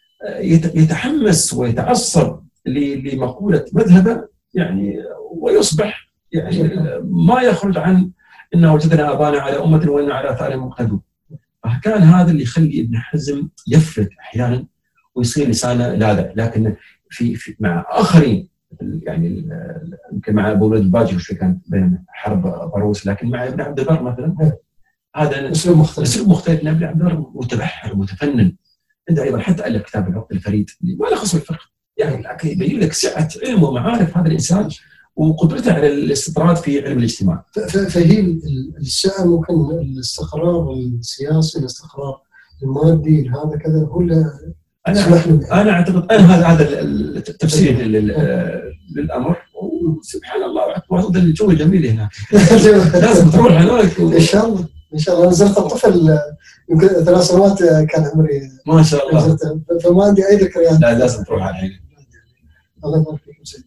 يتحمس ويتعصب لمقوله مذهبه يعني، ويصبح يعني ما يخرج عن انه وجدنا ابانا على امه وانا على اثارهم مقتدون. فكان هذا اللي يخلي ابن حزم يفلت احيانا ويصير لسانه لاذع. لكن في, في مع اخرين يعني يمكن مع ابو ولد الباجي وش كان بين حرب ضروس، لكن مع ابن عبد البر مثلا هذا اسلوب مختلف. اسلوب مختلف. ابن عبد البر متبحر متفنن، عنده ايضا حتى الف كتاب العقد الفريد ما له خص بالفقه يعني، لكن يبين لك سعه علم ومعارف هذا الانسان وقدرته على الاستطراد في علم الاجتماع. فهي السعه ممكن الاستقرار السياسي، الاستقرار المادي، هذا كذا هو انا انا اعتقد انا هذا هذا التفسير للامر. وسبحان الله وسط الجو الجميل هنا لازم تروح هناك و... ان شاء الله ان شاء الله. نزلت الطفل يمكن ثلاث سنوات كان عمري ما شاء الله، فما عندي اي ذكريات. لا لازم تروح على الحين. الله يبارك فيك سيدي.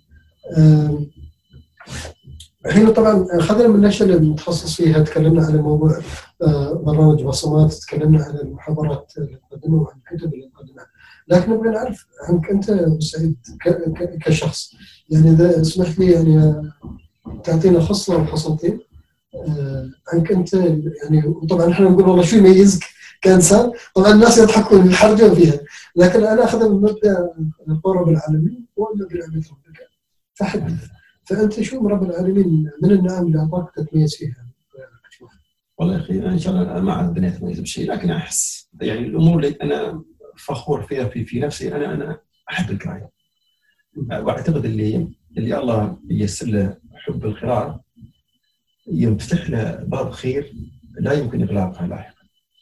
الحين طبعا اخذنا من الاشياء اللي متخصص فيها، تكلمنا على موضوع برامج بصمات، تكلمنا على المحاضرات اللي نقدمها وعن الكتب اللي نقدمها، لكن نبغى نعرف عنك انت ابو سعيد كشخص. يعني اذا اسمح لي يعني تعطينا خصله او خصلتين عنك انت يعني. وطبعا احنا نقول والله شو يميزك كانسان، طبعا الناس يضحكون يحرجون فيها، لكن انا اخذ من مبدا القول رب العالمين ولا بنعمه ربك فحدث. فانت شو من رب العالمين من النعم اللي اعطاك تتميز فيها؟ والله يا اخي ان شاء الله انا ما عندي اتميز بشيء، لكن احس يعني الامور اللي انا فخور فيها في في نفسي، انا انا احب القراءه. واعتقد اللي اللي الله ييسر له حب القراءه ينفتح له باب خير لا يمكن اغلاقها لاحقا.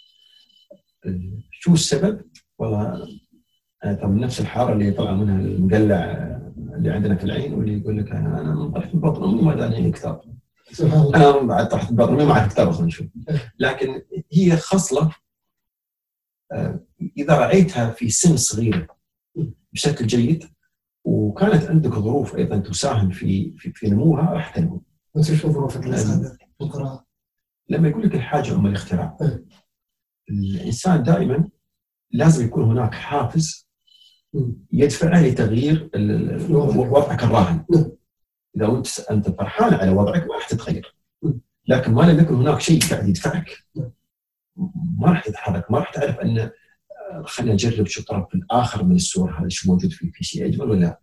شو السبب؟ والله طبعا نفس الحاره اللي طلع منها المقلع اللي عندنا في العين، واللي يقول لك انا انا من تحت البطن امي ما داني كتاب. انا بعد تحت البطن امي ما اعرف كتاب اصلا شو. لكن هي خصله اذا رايتها في سن صغيره بشكل جيد، وكانت عندك ظروف ايضا تساهم في في, في نموها، راح تنمو. وش ظروفك في القراءه؟ لما يقول لك الحاجه ام الاختراع، الانسان دائما لازم يكون هناك حافز يدفعه لتغيير وضعك الراهن. اذا انت انت فرحان على وضعك ما راح تتغير، لكن ما لم يكن هناك شيء قاعد يدفعك ما راح تتحرك، ما راح تعرف ان خلينا نجرب شو الطرف الاخر من الصور، هذا شو موجود فيه، في شيء اجمل ولا.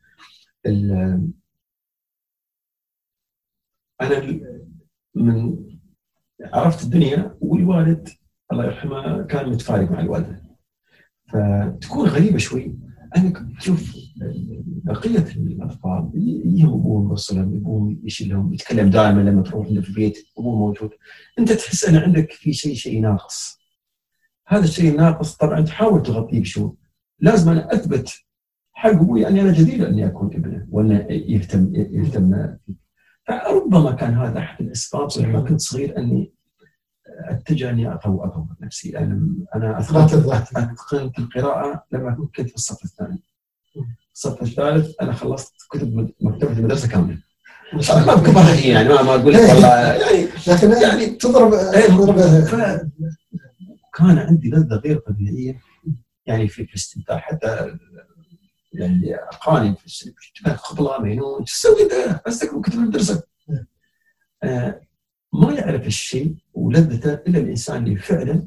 انا من عرفت الدنيا والوالد الله يرحمه كان متفارق مع الوالده، فتكون غريبه شوي انك تشوف بقيه الاطفال يجيهم ابوهم يوصلهم، ابوهم يشيلهم، يتكلم دائما لما تروح عنده في البيت ابوه موجود، انت تحس ان عندك في شيء شيء ناقص. هذا الشيء الناقص طبعا تحاول تغطيه بشو؟ لازم انا اثبت حق ابوي اني انا جدير اني اكون ابنه وانه يهتم يهتم. فربما كان هذا احد الاسباب لما كنت صغير اني اتجه اني اطور اطور نفسي. انا انا اتقنت القراءه لما كنت في الصف الثاني. الصف الثالث انا خلصت كتب مكتبه المدرسه كامله. ما بكبرها يعني ما ما اقول لك والله يعني لكن يعني تضرب تضرب كان عندي لذه غير طبيعيه يعني في الاستمتاع. حتى يعني اقاني في السنة خطله مينون تسوي انت بس كتب المدرسه. آه ما يعرف الشيء ولذته الا الانسان اللي فعلا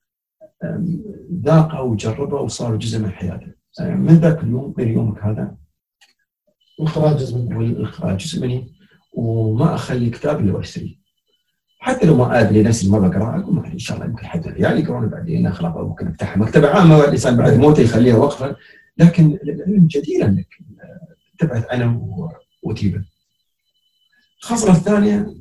ذاقه وجربه وصار جزء من حياته. آه من ذاك اليوم من يومك هذا القراءة جزء مني والقراءة جزء مني، وما اخلي كتاب الا واشتريه. حتى لو ما ادري نفسي ما بقرا اقول ان شاء الله يمكن حد عيالي يقرون بعدين خلاص ممكن افتحها مكتبه عامه والانسان بعد موته يخليها وقفا. لكن العلم جدير انك تبحث عنه وتجيبه. الخطوه الثانيه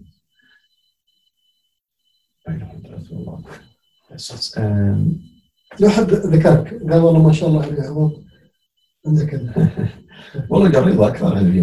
لو حد ذكرك قال والله ما شاء الله عليه عوض عندك كذا والله قريب اكثر عندي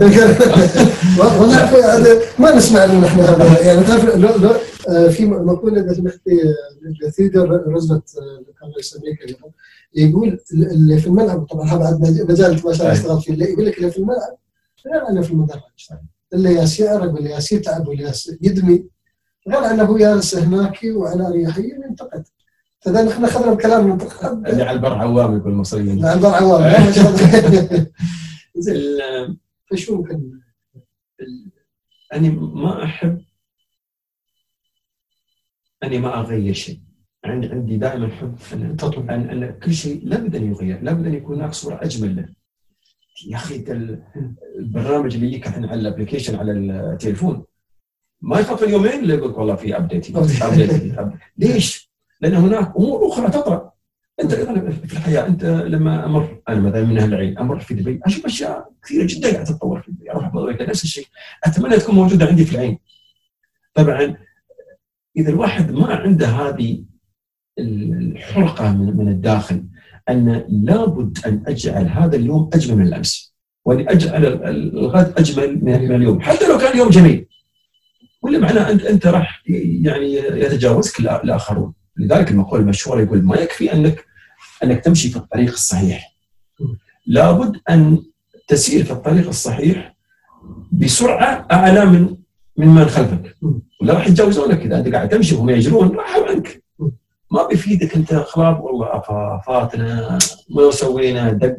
والله ما نسمع ان احنا هذا يعني تعرف لو لو في مقوله اذا سمحت لي ثيودور روزفلت كان رئيس امريكا يقول اللي في الملعب، طبعا هذا بعد مجال ما شاء الله اشتغلت فيه، اللي يقول لك اللي في الملعب غير انه في المدرج، اللي ياس يعرق واللي ياس يتعب واللي ياس يدمي غير انه جالس هناك وعلى اريحيه ينتقد. فاذا احنا اخذنا الكلام منتقد اللي على البر عوام يقول المصريين على البر عوام ما شاء الله. زين فشو ممكن اني ما احب اني ما اغير شيء. عندي عندي دائما حب ان تطلب ان ان كل شيء لابد ان يغير، لابد ان يكون هناك صوره اجمل له. يا اخي البرنامج اللي يجيك الحين على الابلكيشن على التليفون ما يخاف اليومين اللي يقول والله في ابديت ابديت ليش؟ لان هناك امور اخرى تطرا. انت في الحياه انت لما امر انا مثلا من اهل العين امر في دبي اشوف اشياء كثيره جدا قاعده تتطور في دبي، اروح ابغى نفس الشيء اتمنى تكون موجوده عندي في العين. طبعا اذا الواحد ما عنده هذه الحرقه من من الداخل ان لابد ان اجعل هذا اليوم اجمل من الامس، وان اجعل الغد اجمل من اليوم حتى لو كان اليوم جميل، ولا معناه انت انت راح يعني يتجاوزك الاخرون. لذلك المقوله المشهوره يقول ما يكفي انك انك تمشي في الطريق الصحيح، لابد ان تسير في الطريق الصحيح بسرعه اعلى من من من خلفك، ولا راح يتجاوزونك. اذا انت قاعد تمشي وهم يجرون راحوا عنك، ما بيفيدك انت خلاص والله فاتنا ما سوينا دق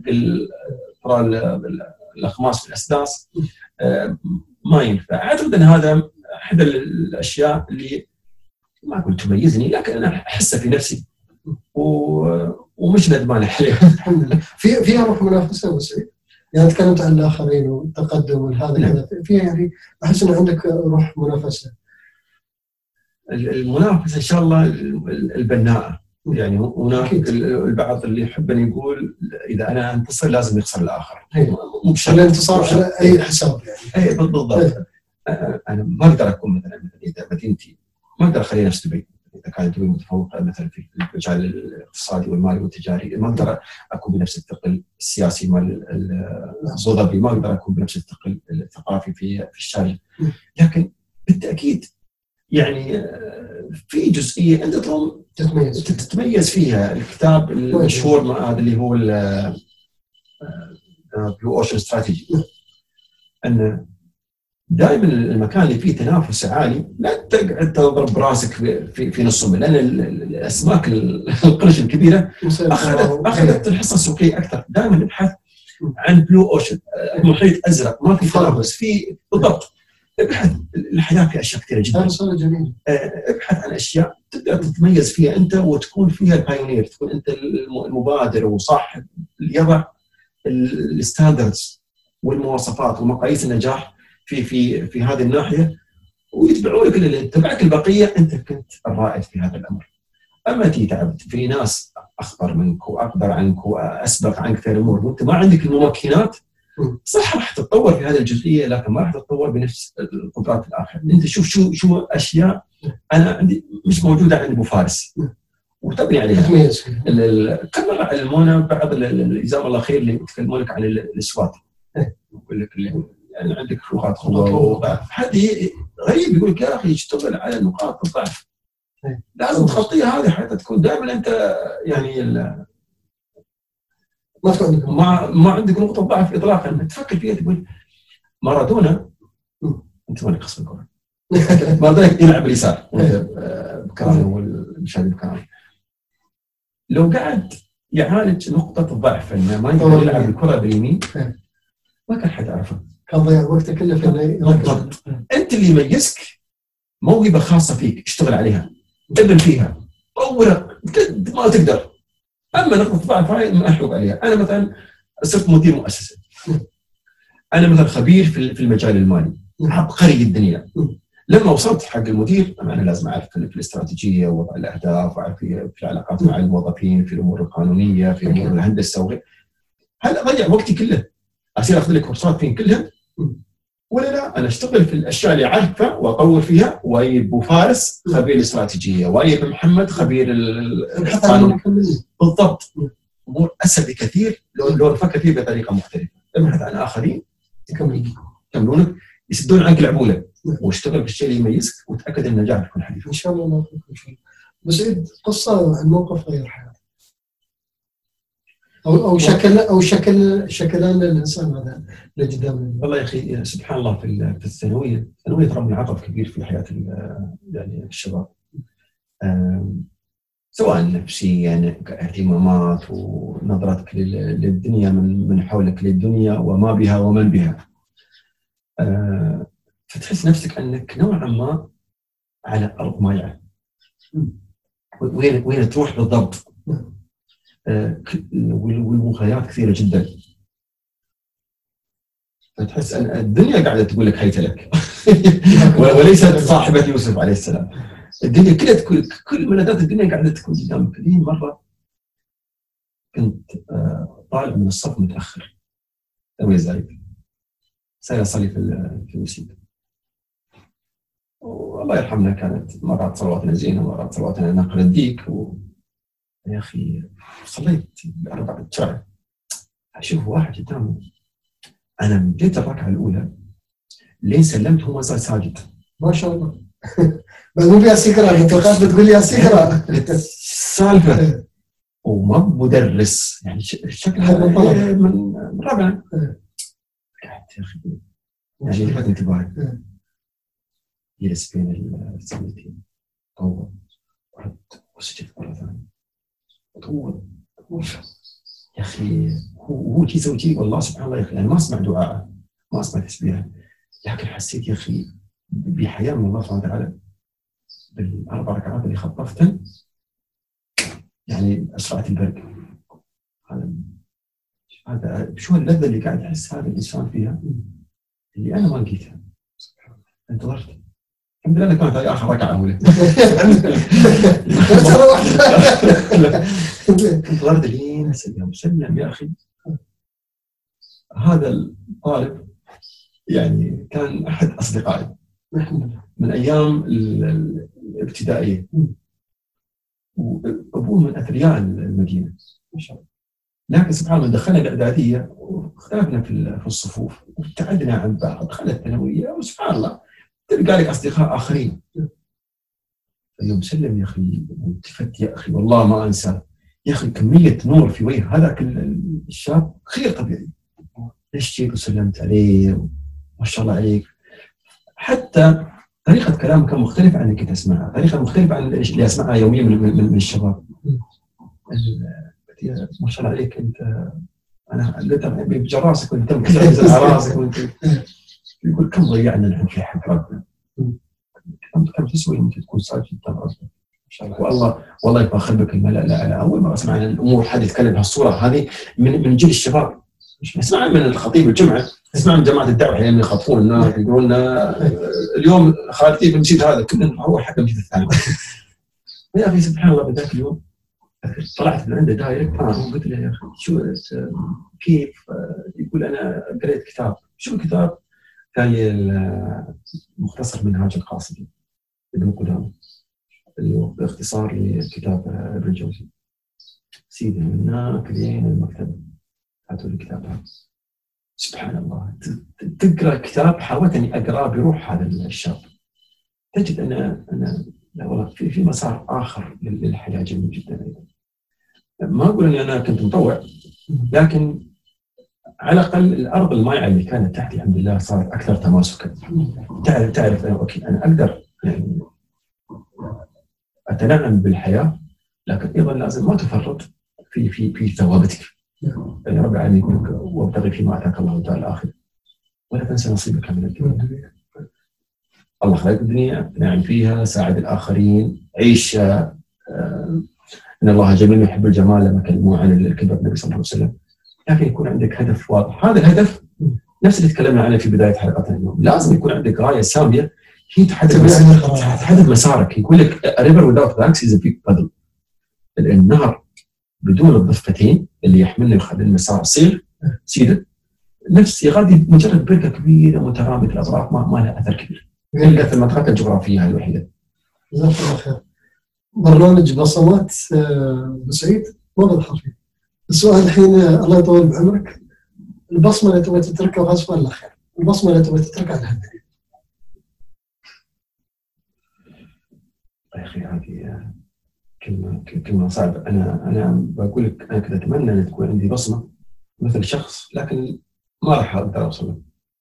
الاخماس في الاسداس ما ينفع. اعتقد ان هذا احد الاشياء اللي ما اقول تميزني لكن انا احسها في نفسي ومش ندمان عليها. الحمد لله. في فيها روح منافسه وسعيد، يعني تكلمت عن الاخرين والتقدم والهذا كذا، فيها يعني احس ان عندك روح منافسه. المنافسه ان شاء الله البناءه، يعني هناك البعض اللي يحب ان يقول اذا انا انتصر لازم يخسر الاخر، مو بشرط الانتصار على اي حساب يعني. اي بالضبط. انا ما اقدر اكون مثلا اذا مدينتي ما اقدر اخلي نفسي دبي، اذا كانت دبي متفوقه مثلا في المجال الاقتصادي والمالي والتجاري ما اقدر اكون بنفس الثقل السياسي مال ابو ظبي، ما اقدر اكون بنفس الثقل الثقافي في في الشارع. لكن بالتاكيد يعني في جزئيه انت تتميز تتميز فيها. الكتاب المشهور هذا اللي هو بلو اوشن استراتيجي، ان دائما المكان اللي فيه تنافس عالي لا تقعد تضرب براسك في في, في نصهم، لان الاسماك القرش الكبيره اخذت اخذت الحصه السوقيه اكثر. دائما نبحث عن بلو اوشن، محيط ازرق ما في تلامس في بالضبط. ابحث، الحياه في اشياء كثيره جدا. هذا جميل. ابحث عن اشياء تقدر تتميز فيها انت وتكون فيها البايونير، تكون انت المبادر وصاحب اللي يضع الستاندردز والمواصفات ومقاييس النجاح في في في هذه الناحيه، ويتبعونك اللي يتبعك البقيه. انت كنت الرائد في هذا الامر. اما تي تعبت في ناس اخبر منك واقدر عنك واسبق عنك في الامور وانت ما عندك الممكنات، صح راح تتطور في هذه الجزئيه لكن ما راح تتطور بنفس القدرات الاخر. انت شوف شو شو اشياء انا عندي مش موجوده عند ابو فارس وتبني عليها. كم مره علمونا بعض جزاهم الله خير اللي يتكلمون لك عن الاسوات، يقول لك يعني عندك نقاط قوه وضعف، هذه غريب يقول لك يا اخي اشتغل على نقاط الضعف، لازم تخطيها هذه حتى تكون دائما انت يعني ما ما عندك نقطه ضعف اطلاقا. تفكر فيها تقول مارادونا انت مالك خصم الكره مارادونا يلعب باليسار بكرامه والمشاهد بكرامه، لو قاعد يعالج نقطه الضعف انه ما يقدر يلعب الكره باليمين ما كان حد يعرفه، كان ضيع وقته كله في انه انت اللي يميزك موهبه خاصه فيك، اشتغل عليها، ابن فيها، طورها قد ما تقدر. اما نقطه ضعف هاي ما احرق عليها. انا مثلا صرت مدير مؤسسه، انا مثلا خبير في المجال المالي، عبقري الدنيا. لما وصلت حق المدير انا لازم اعرف في الاستراتيجيه ووضع الاهداف، واعرف في العلاقات مع الموظفين، في الامور القانونيه، في امور الهندسه وغيره. هل اضيع وقتي كله اصير اخذ لي كورسات فين كلها؟ ولا لا، انا اشتغل في الاشياء اللي اعرفها واطور فيها، واجيب ابو فارس خبير الاستراتيجيه، واجيب محمد خبير القانون. بالضبط، امور اسهل بكثير لو لو نفكر فيها بطريقه مختلفه. ابحث عن اخرين يكملونك يسدون عنك العبوله، واشتغل بالشيء اللي يميزك وتاكد ان النجاح يكون حليف. ان شاء الله الله ان شاء الله. بس عيد قصه عن موقف غير حياتي او او شكل او شكل شكلان الانسان هذا لقدام. والله يا اخي سبحان الله في في الثانويه، الثانويه ترى من عطف كبير في حياه يعني الشباب، سواء نفسيا كاهتمامات ونظرتك للدنيا من من حولك للدنيا وما بها ومن بها. فتحس نفسك انك نوعا ما على ارض مايعه. وين وين تروح بالضبط؟ والمغريات كثيره جدا. فتحس ان الدنيا قاعده تقول لك هيت لك وليست صاحبه يوسف عليه السلام. الدنيا كلها تقول، كل ملذات الدنيا قاعده تكون قدامك. لي مره كنت طالع من الصف متاخر توي زايد، ساير اصلي في في المسجد، والله يرحمنا كانت مرات صلواتنا زينه ومرات صلواتنا نقل الديك. و... يا اخي صليت اربع شهور، اشوف واحد قدامي، انا بديت الركعه الاولى لين سلمت هو صار ساجد. ما شاء الله. بس مو فيها سكره، انت توقعت بتقول لي سكره سالفه وما مدرس يعني شكلها من من ربع. قعدت يا اخي يعني لفت انتباهي، جلس بين السنتين طول وعدت وسجد مره ثانيه طول يا اخي. هو هو شيء يسوي شيء والله سبحان الله يا اخي. انا ما اسمع دعاء، ما اسمع تسبيح، لكن حسيت يا اخي بحياه من الله سبحانه وتعالى بالاربع ركعات اللي خطفتن، يعني اسرعت البرق. هذا هذا شو اللذه اللي قاعد يحس هذا الانسان فيها اللي انا ما لقيتها. انتظرت الحمد لله كانت هاي اخر ركعه اولى. انتظرت لين سلم سلم يا اخي. هذا الطالب يعني كان احد اصدقائي من ايام الابتدائيه، وابوه من اثرياء المدينه ما شاء الله. لكن سبحان الله دخلنا الاعداديه واختلفنا في في الصفوف وابتعدنا عن بعض. دخلنا الثانويه وسبحان الله تلقى لك اصدقاء اخرين. يوم سلم يا اخي والتفت يا اخي والله ما انسى يا اخي كميه نور في وجه هذاك الشاب غير طبيعي. ليش جيت وسلمت عليه ما شاء الله عليك. حتى طريقه كلامه كان مختلف عن اللي كنت اسمعها، طريقه مختلفه عن اللي اسمعها يوميا من, من, من الشباب. ما شاء الله عليك انت انا قلت بجراسك وانت مكسر على راسك وانت يقول كم ضيعنا نحن في حق ربنا، كم كم تسوي انت تكون ساجد قدام ربنا ان شاء الله. والله والله يبقى خلبك الملا. لا لا اول مره اسمع عن الامور حد يتكلم بهالصوره هذه من من جيل الشباب، مش اسمع من الخطيب الجمعه، اسمع من جماعه الدعوه اللي يخطفون الناس يقولون لنا اليوم خالتي في المسجد هذا كلنا هو حق المسجد الثاني. يا اخي سبحان الله بذاك اليوم طلعت من عنده دايركت انا قلت له يا اخي شو كيف؟ يقول انا قريت كتاب. شو الكتاب؟ قال لي مختصر منهاج القاصدين ابن قدامه اللي هو باختصار لكتاب ابن الجوزي. سيدي من هناك لين المكتبه هاتوا لي الكتاب هذا. سبحان الله تقرا كتاب حاولت اني اقراه بروح هذا الشاب، تجد ان انا لا والله في في مسار اخر للحياه جميل جدا. ايضا ما اقول اني انا كنت مطوع، لكن على الاقل الارض المايعه اللي كانت تحتي الحمد لله صارت اكثر تماسكا. تعرف تعرف انا اوكي انا اقدر يعني اتنعم بالحياه، لكن ايضا لازم ما تفرط في في في ثوابتك. يعني رب العالمين يقول لك وابتغي فيما اتاك الله الدار الاخره ولا تنسى نصيبك من الدنيا. الله خلق الدنيا نعم فيها، ساعد الاخرين، عيش. آه ان الله جميل يحب الجمال لما كلموا عن الكبر النبي صلى الله عليه وسلم. لكن يكون عندك هدف واضح. هذا الهدف نفس اللي تكلمنا عنه في بدايه حلقتنا اليوم، لازم يكون عندك غايه ساميه هي تحدد تحدد مسارك. يقول لك a river without banks is a big puddle. النهر بدون الضفتين اللي يحملنا ويخلي المسار يصير سيده نفس يغادي مجرد بركه كبيره متراميه الاطراف ما, ما لها اثر كبير الا في المنطقه الجغرافيه الوحيده. جزاك الله خير. برنامج بصمات بسعيد ما بالحرفي. السؤال الحين الله يطول بعمرك، البصمه اللي تبغى تتركها وهذا السؤال الاخير، البصمه اللي تبغى تتركها على هالدنيا. يا اخي هذه كلمه كلمه صعبه. انا انا بقول لك انا كنت اتمنى ان تكون عندي بصمه مثل شخص، لكن ما راح اقدر اوصل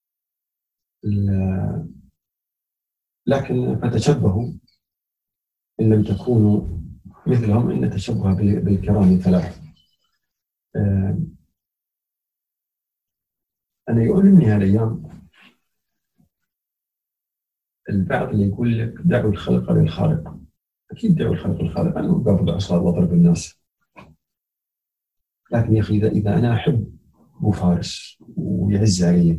له. لكن فتشبهوا ان لم تكونوا مثلهم ان التشبه بالكرام ثلاث. انا يؤلمني هالايام البعض اللي يقول لك دعوا الخلق للخالق. اكيد دعوا الخلق للخالق، انا بقبض عصا واضرب الناس، لكن يا اخي اذا اذا انا احب ابو فارس ويعز علي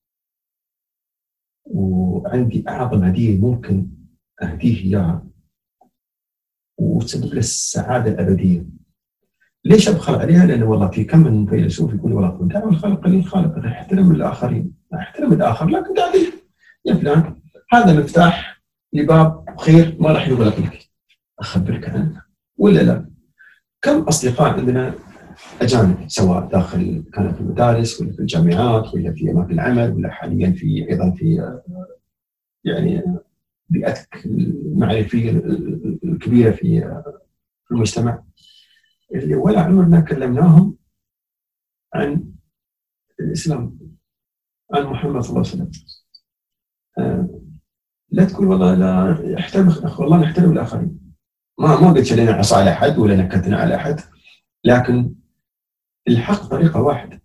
وعندي اعظم هديه ممكن اهديه اياها وتسبب له السعاده الابديه، ليش ابخل عليها؟ لانه والله في كم من فيلسوف يقول والله دعوا الخلق للخالق، احترم الاخرين، احترم الاخر، لكن قاعد يا فلان هذا مفتاح لباب خير ما راح يغلق لك، اخبرك عنه ولا لا؟ كم اصدقاء عندنا اجانب سواء داخل كانت في المدارس ولا في الجامعات ولا في اماكن العمل ولا حاليا في ايضا في يعني بيئتك المعرفيه الكبيره في المجتمع، اللي ولا عمرنا كلمناهم عن الاسلام، عن محمد صلى الله عليه وسلم. آه لا تقول والله لا احترم والله نحترم الاخرين، ما ما قلت لنا عصا على احد ولا نكتنا على احد، لكن الحق طريقه واحده.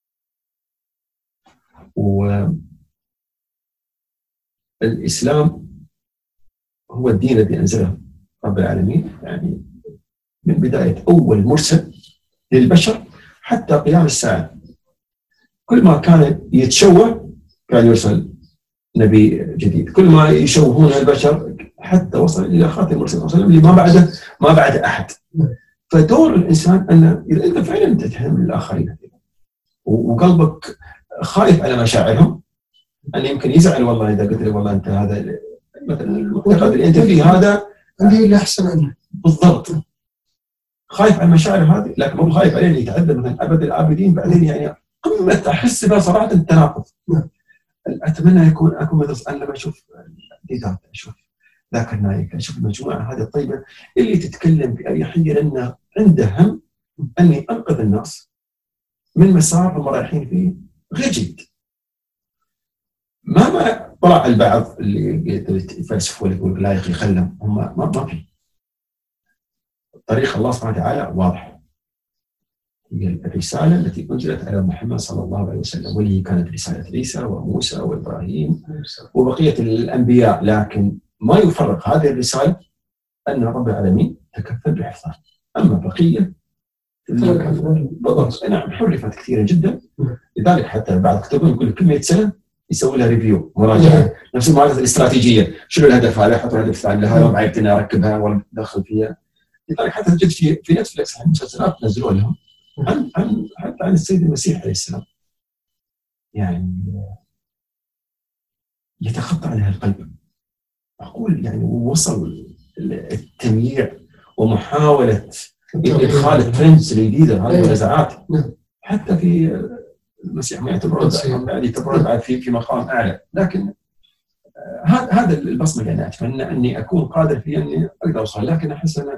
والاسلام هو الدين الذي انزله رب العالمين، يعني من بدايه اول مرسل للبشر حتى قيام الساعه، كل ما كان يتشوه كان يرسل نبي جديد، كل ما يشوهون البشر حتى وصل الى خاتم المرسلين صلى الله عليه وسلم اللي ما بعده ما بعد احد. فدور الانسان ان اذا انت فعلا تتهم الاخرين وقلبك خايف على مشاعرهم، ان يمكن يزعل والله اذا قلت له والله انت هذا مثلا المعتقد اللي انت فيه هذا عندي اللي احسن عنه بالضبط، خايف على المشاعر هذه، لكن مو خايف عليه يتعدى مثلا ابد الابدين بعدين يعني قمه احس بها صراحه التناقض. اتمنى يكون اكون مثل انا لما اشوف ديدات، اشوف ذاكر نايك، اشوف المجموعه هذه الطيبه اللي تتكلم باريحيه لان عنده هم اني انقذ الناس من مسار هم رايحين فيه غير جيد. مهما طلع البعض اللي يفلسفوا يقول لا يا اخي خلهم، هم ما, ما في طريق الله سبحانه وتعالى واضح، هي الرسالة التي أنزلت على محمد صلى الله عليه وسلم، واللي كانت رسالة عيسى وموسى وإبراهيم وبقية الأنبياء. لكن ما يفرق هذه الرسالة أن رب العالمين تكفل بحفظها. أما بقية بالضبط نعم حرفت كثيرا جدا. لذلك حتى بعض كتبهم يقول كل مئة سنة يسوي لها ريفيو مراجعة، نفس المعادلة الاستراتيجية، شنو الهدف هذا، حطوا الهدف الثاني لها، ما عرفت اني اركبها ولا ادخل فيها. لذلك حتى تجد في في نتفلكس مسلسلات نزلوا لهم عن عن حتى عن السيد المسيح عليه السلام، يعني يتخطى عنها القلب. اقول يعني وصل التمييع ومحاولة ادخال الترندز الجديدة هذه والنزاعات حتى في المسيح ما يعتبرون يعني يعتبرون بعد في في مقام اعلى. لكن هذا هذا البصمه اللي انا اتمنى اني اكون قادر في اني اقدر اوصل، لكن احس انها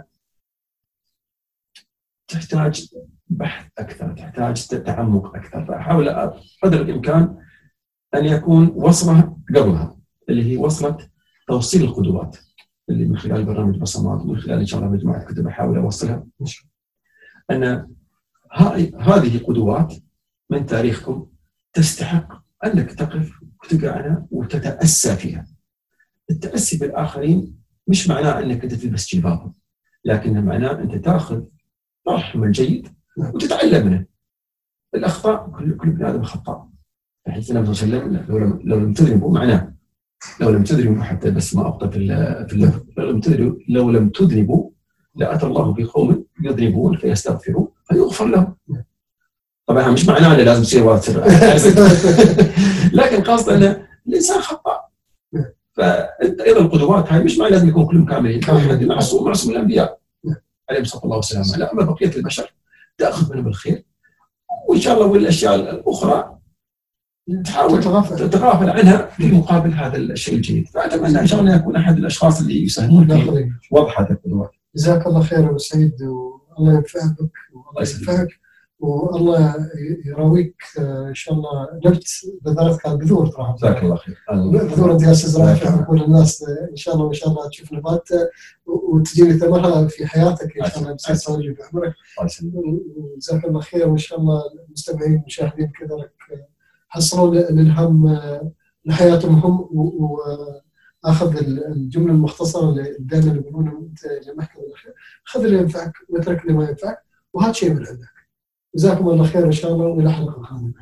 تحتاج بحث اكثر، تحتاج تعمق اكثر. فاحاول قدر الامكان ان يكون وصله قبلها، اللي هي وصله توصيل القدوات، اللي من خلال برنامج بصمات ومن خلال ان شاء الله مجموعه كتب احاول اوصلها ان هذه قدوات من تاريخكم تستحق أنك تقف وتقع وتتأسى فيها. التأسي بالآخرين مش معناه أنك أنت تلبس جلبابهم، لكن معناه أنت تأخذ طرحهم الجيد وتتعلم منه. الأخطاء كل كل بني آدم خطاء. حديث النبي صلى الله عليه وسلم لو لم لو لم تذنبوا معناه لو لم تذنبوا حتى بس ما أبطأ في في اللفظ لو لم تذنبوا لو لم تذنبوا لأتى الله بقوم يذنبون فيستغفرون فيغفر لهم. طبعا مش معناه انه لازم يصير واتر لكن قصد ان الانسان خطاء. فانت ايضا القدوات هاي مش معناه لازم يكون كلهم كاملين، معصوم معصوم الانبياء عليهم صلى الله وسلم. لا، اما بقيه البشر تاخذ منهم الخير، وان شاء الله والاشياء الاخرى تحاول تتغافل عنها في مقابل هذا الشيء الجيد. فاتمنى ان شاء الله يكون احد الاشخاص اللي يساهمون في وضع هذه القدوات. جزاك الله خير ابو سعيد، والله ينفع بك والله ينفعك والله يراويك ان شاء الله نبت بذرتك على البذور. ترى جزاك الله خير. بذور انت جالس تزرعها في عقول الناس، ان شاء الله وان شاء الله تشوف نبات وتجيني ثمرها في حياتك ان شاء الله بسعد صوجي بعمرك. جزاك الله خير، وان شاء الله المستمعين والمشاهدين كذلك حصلوا الالهام لحياتهم هم، واخذ الجمله المختصره اللي دائما يقولونها انت لما احكي الخير، خذ اللي ينفعك واترك اللي ما ينفعك، وهذا شيء من عندك. جزاكم الله خير ان شاء الله، والى حلقه قادمه.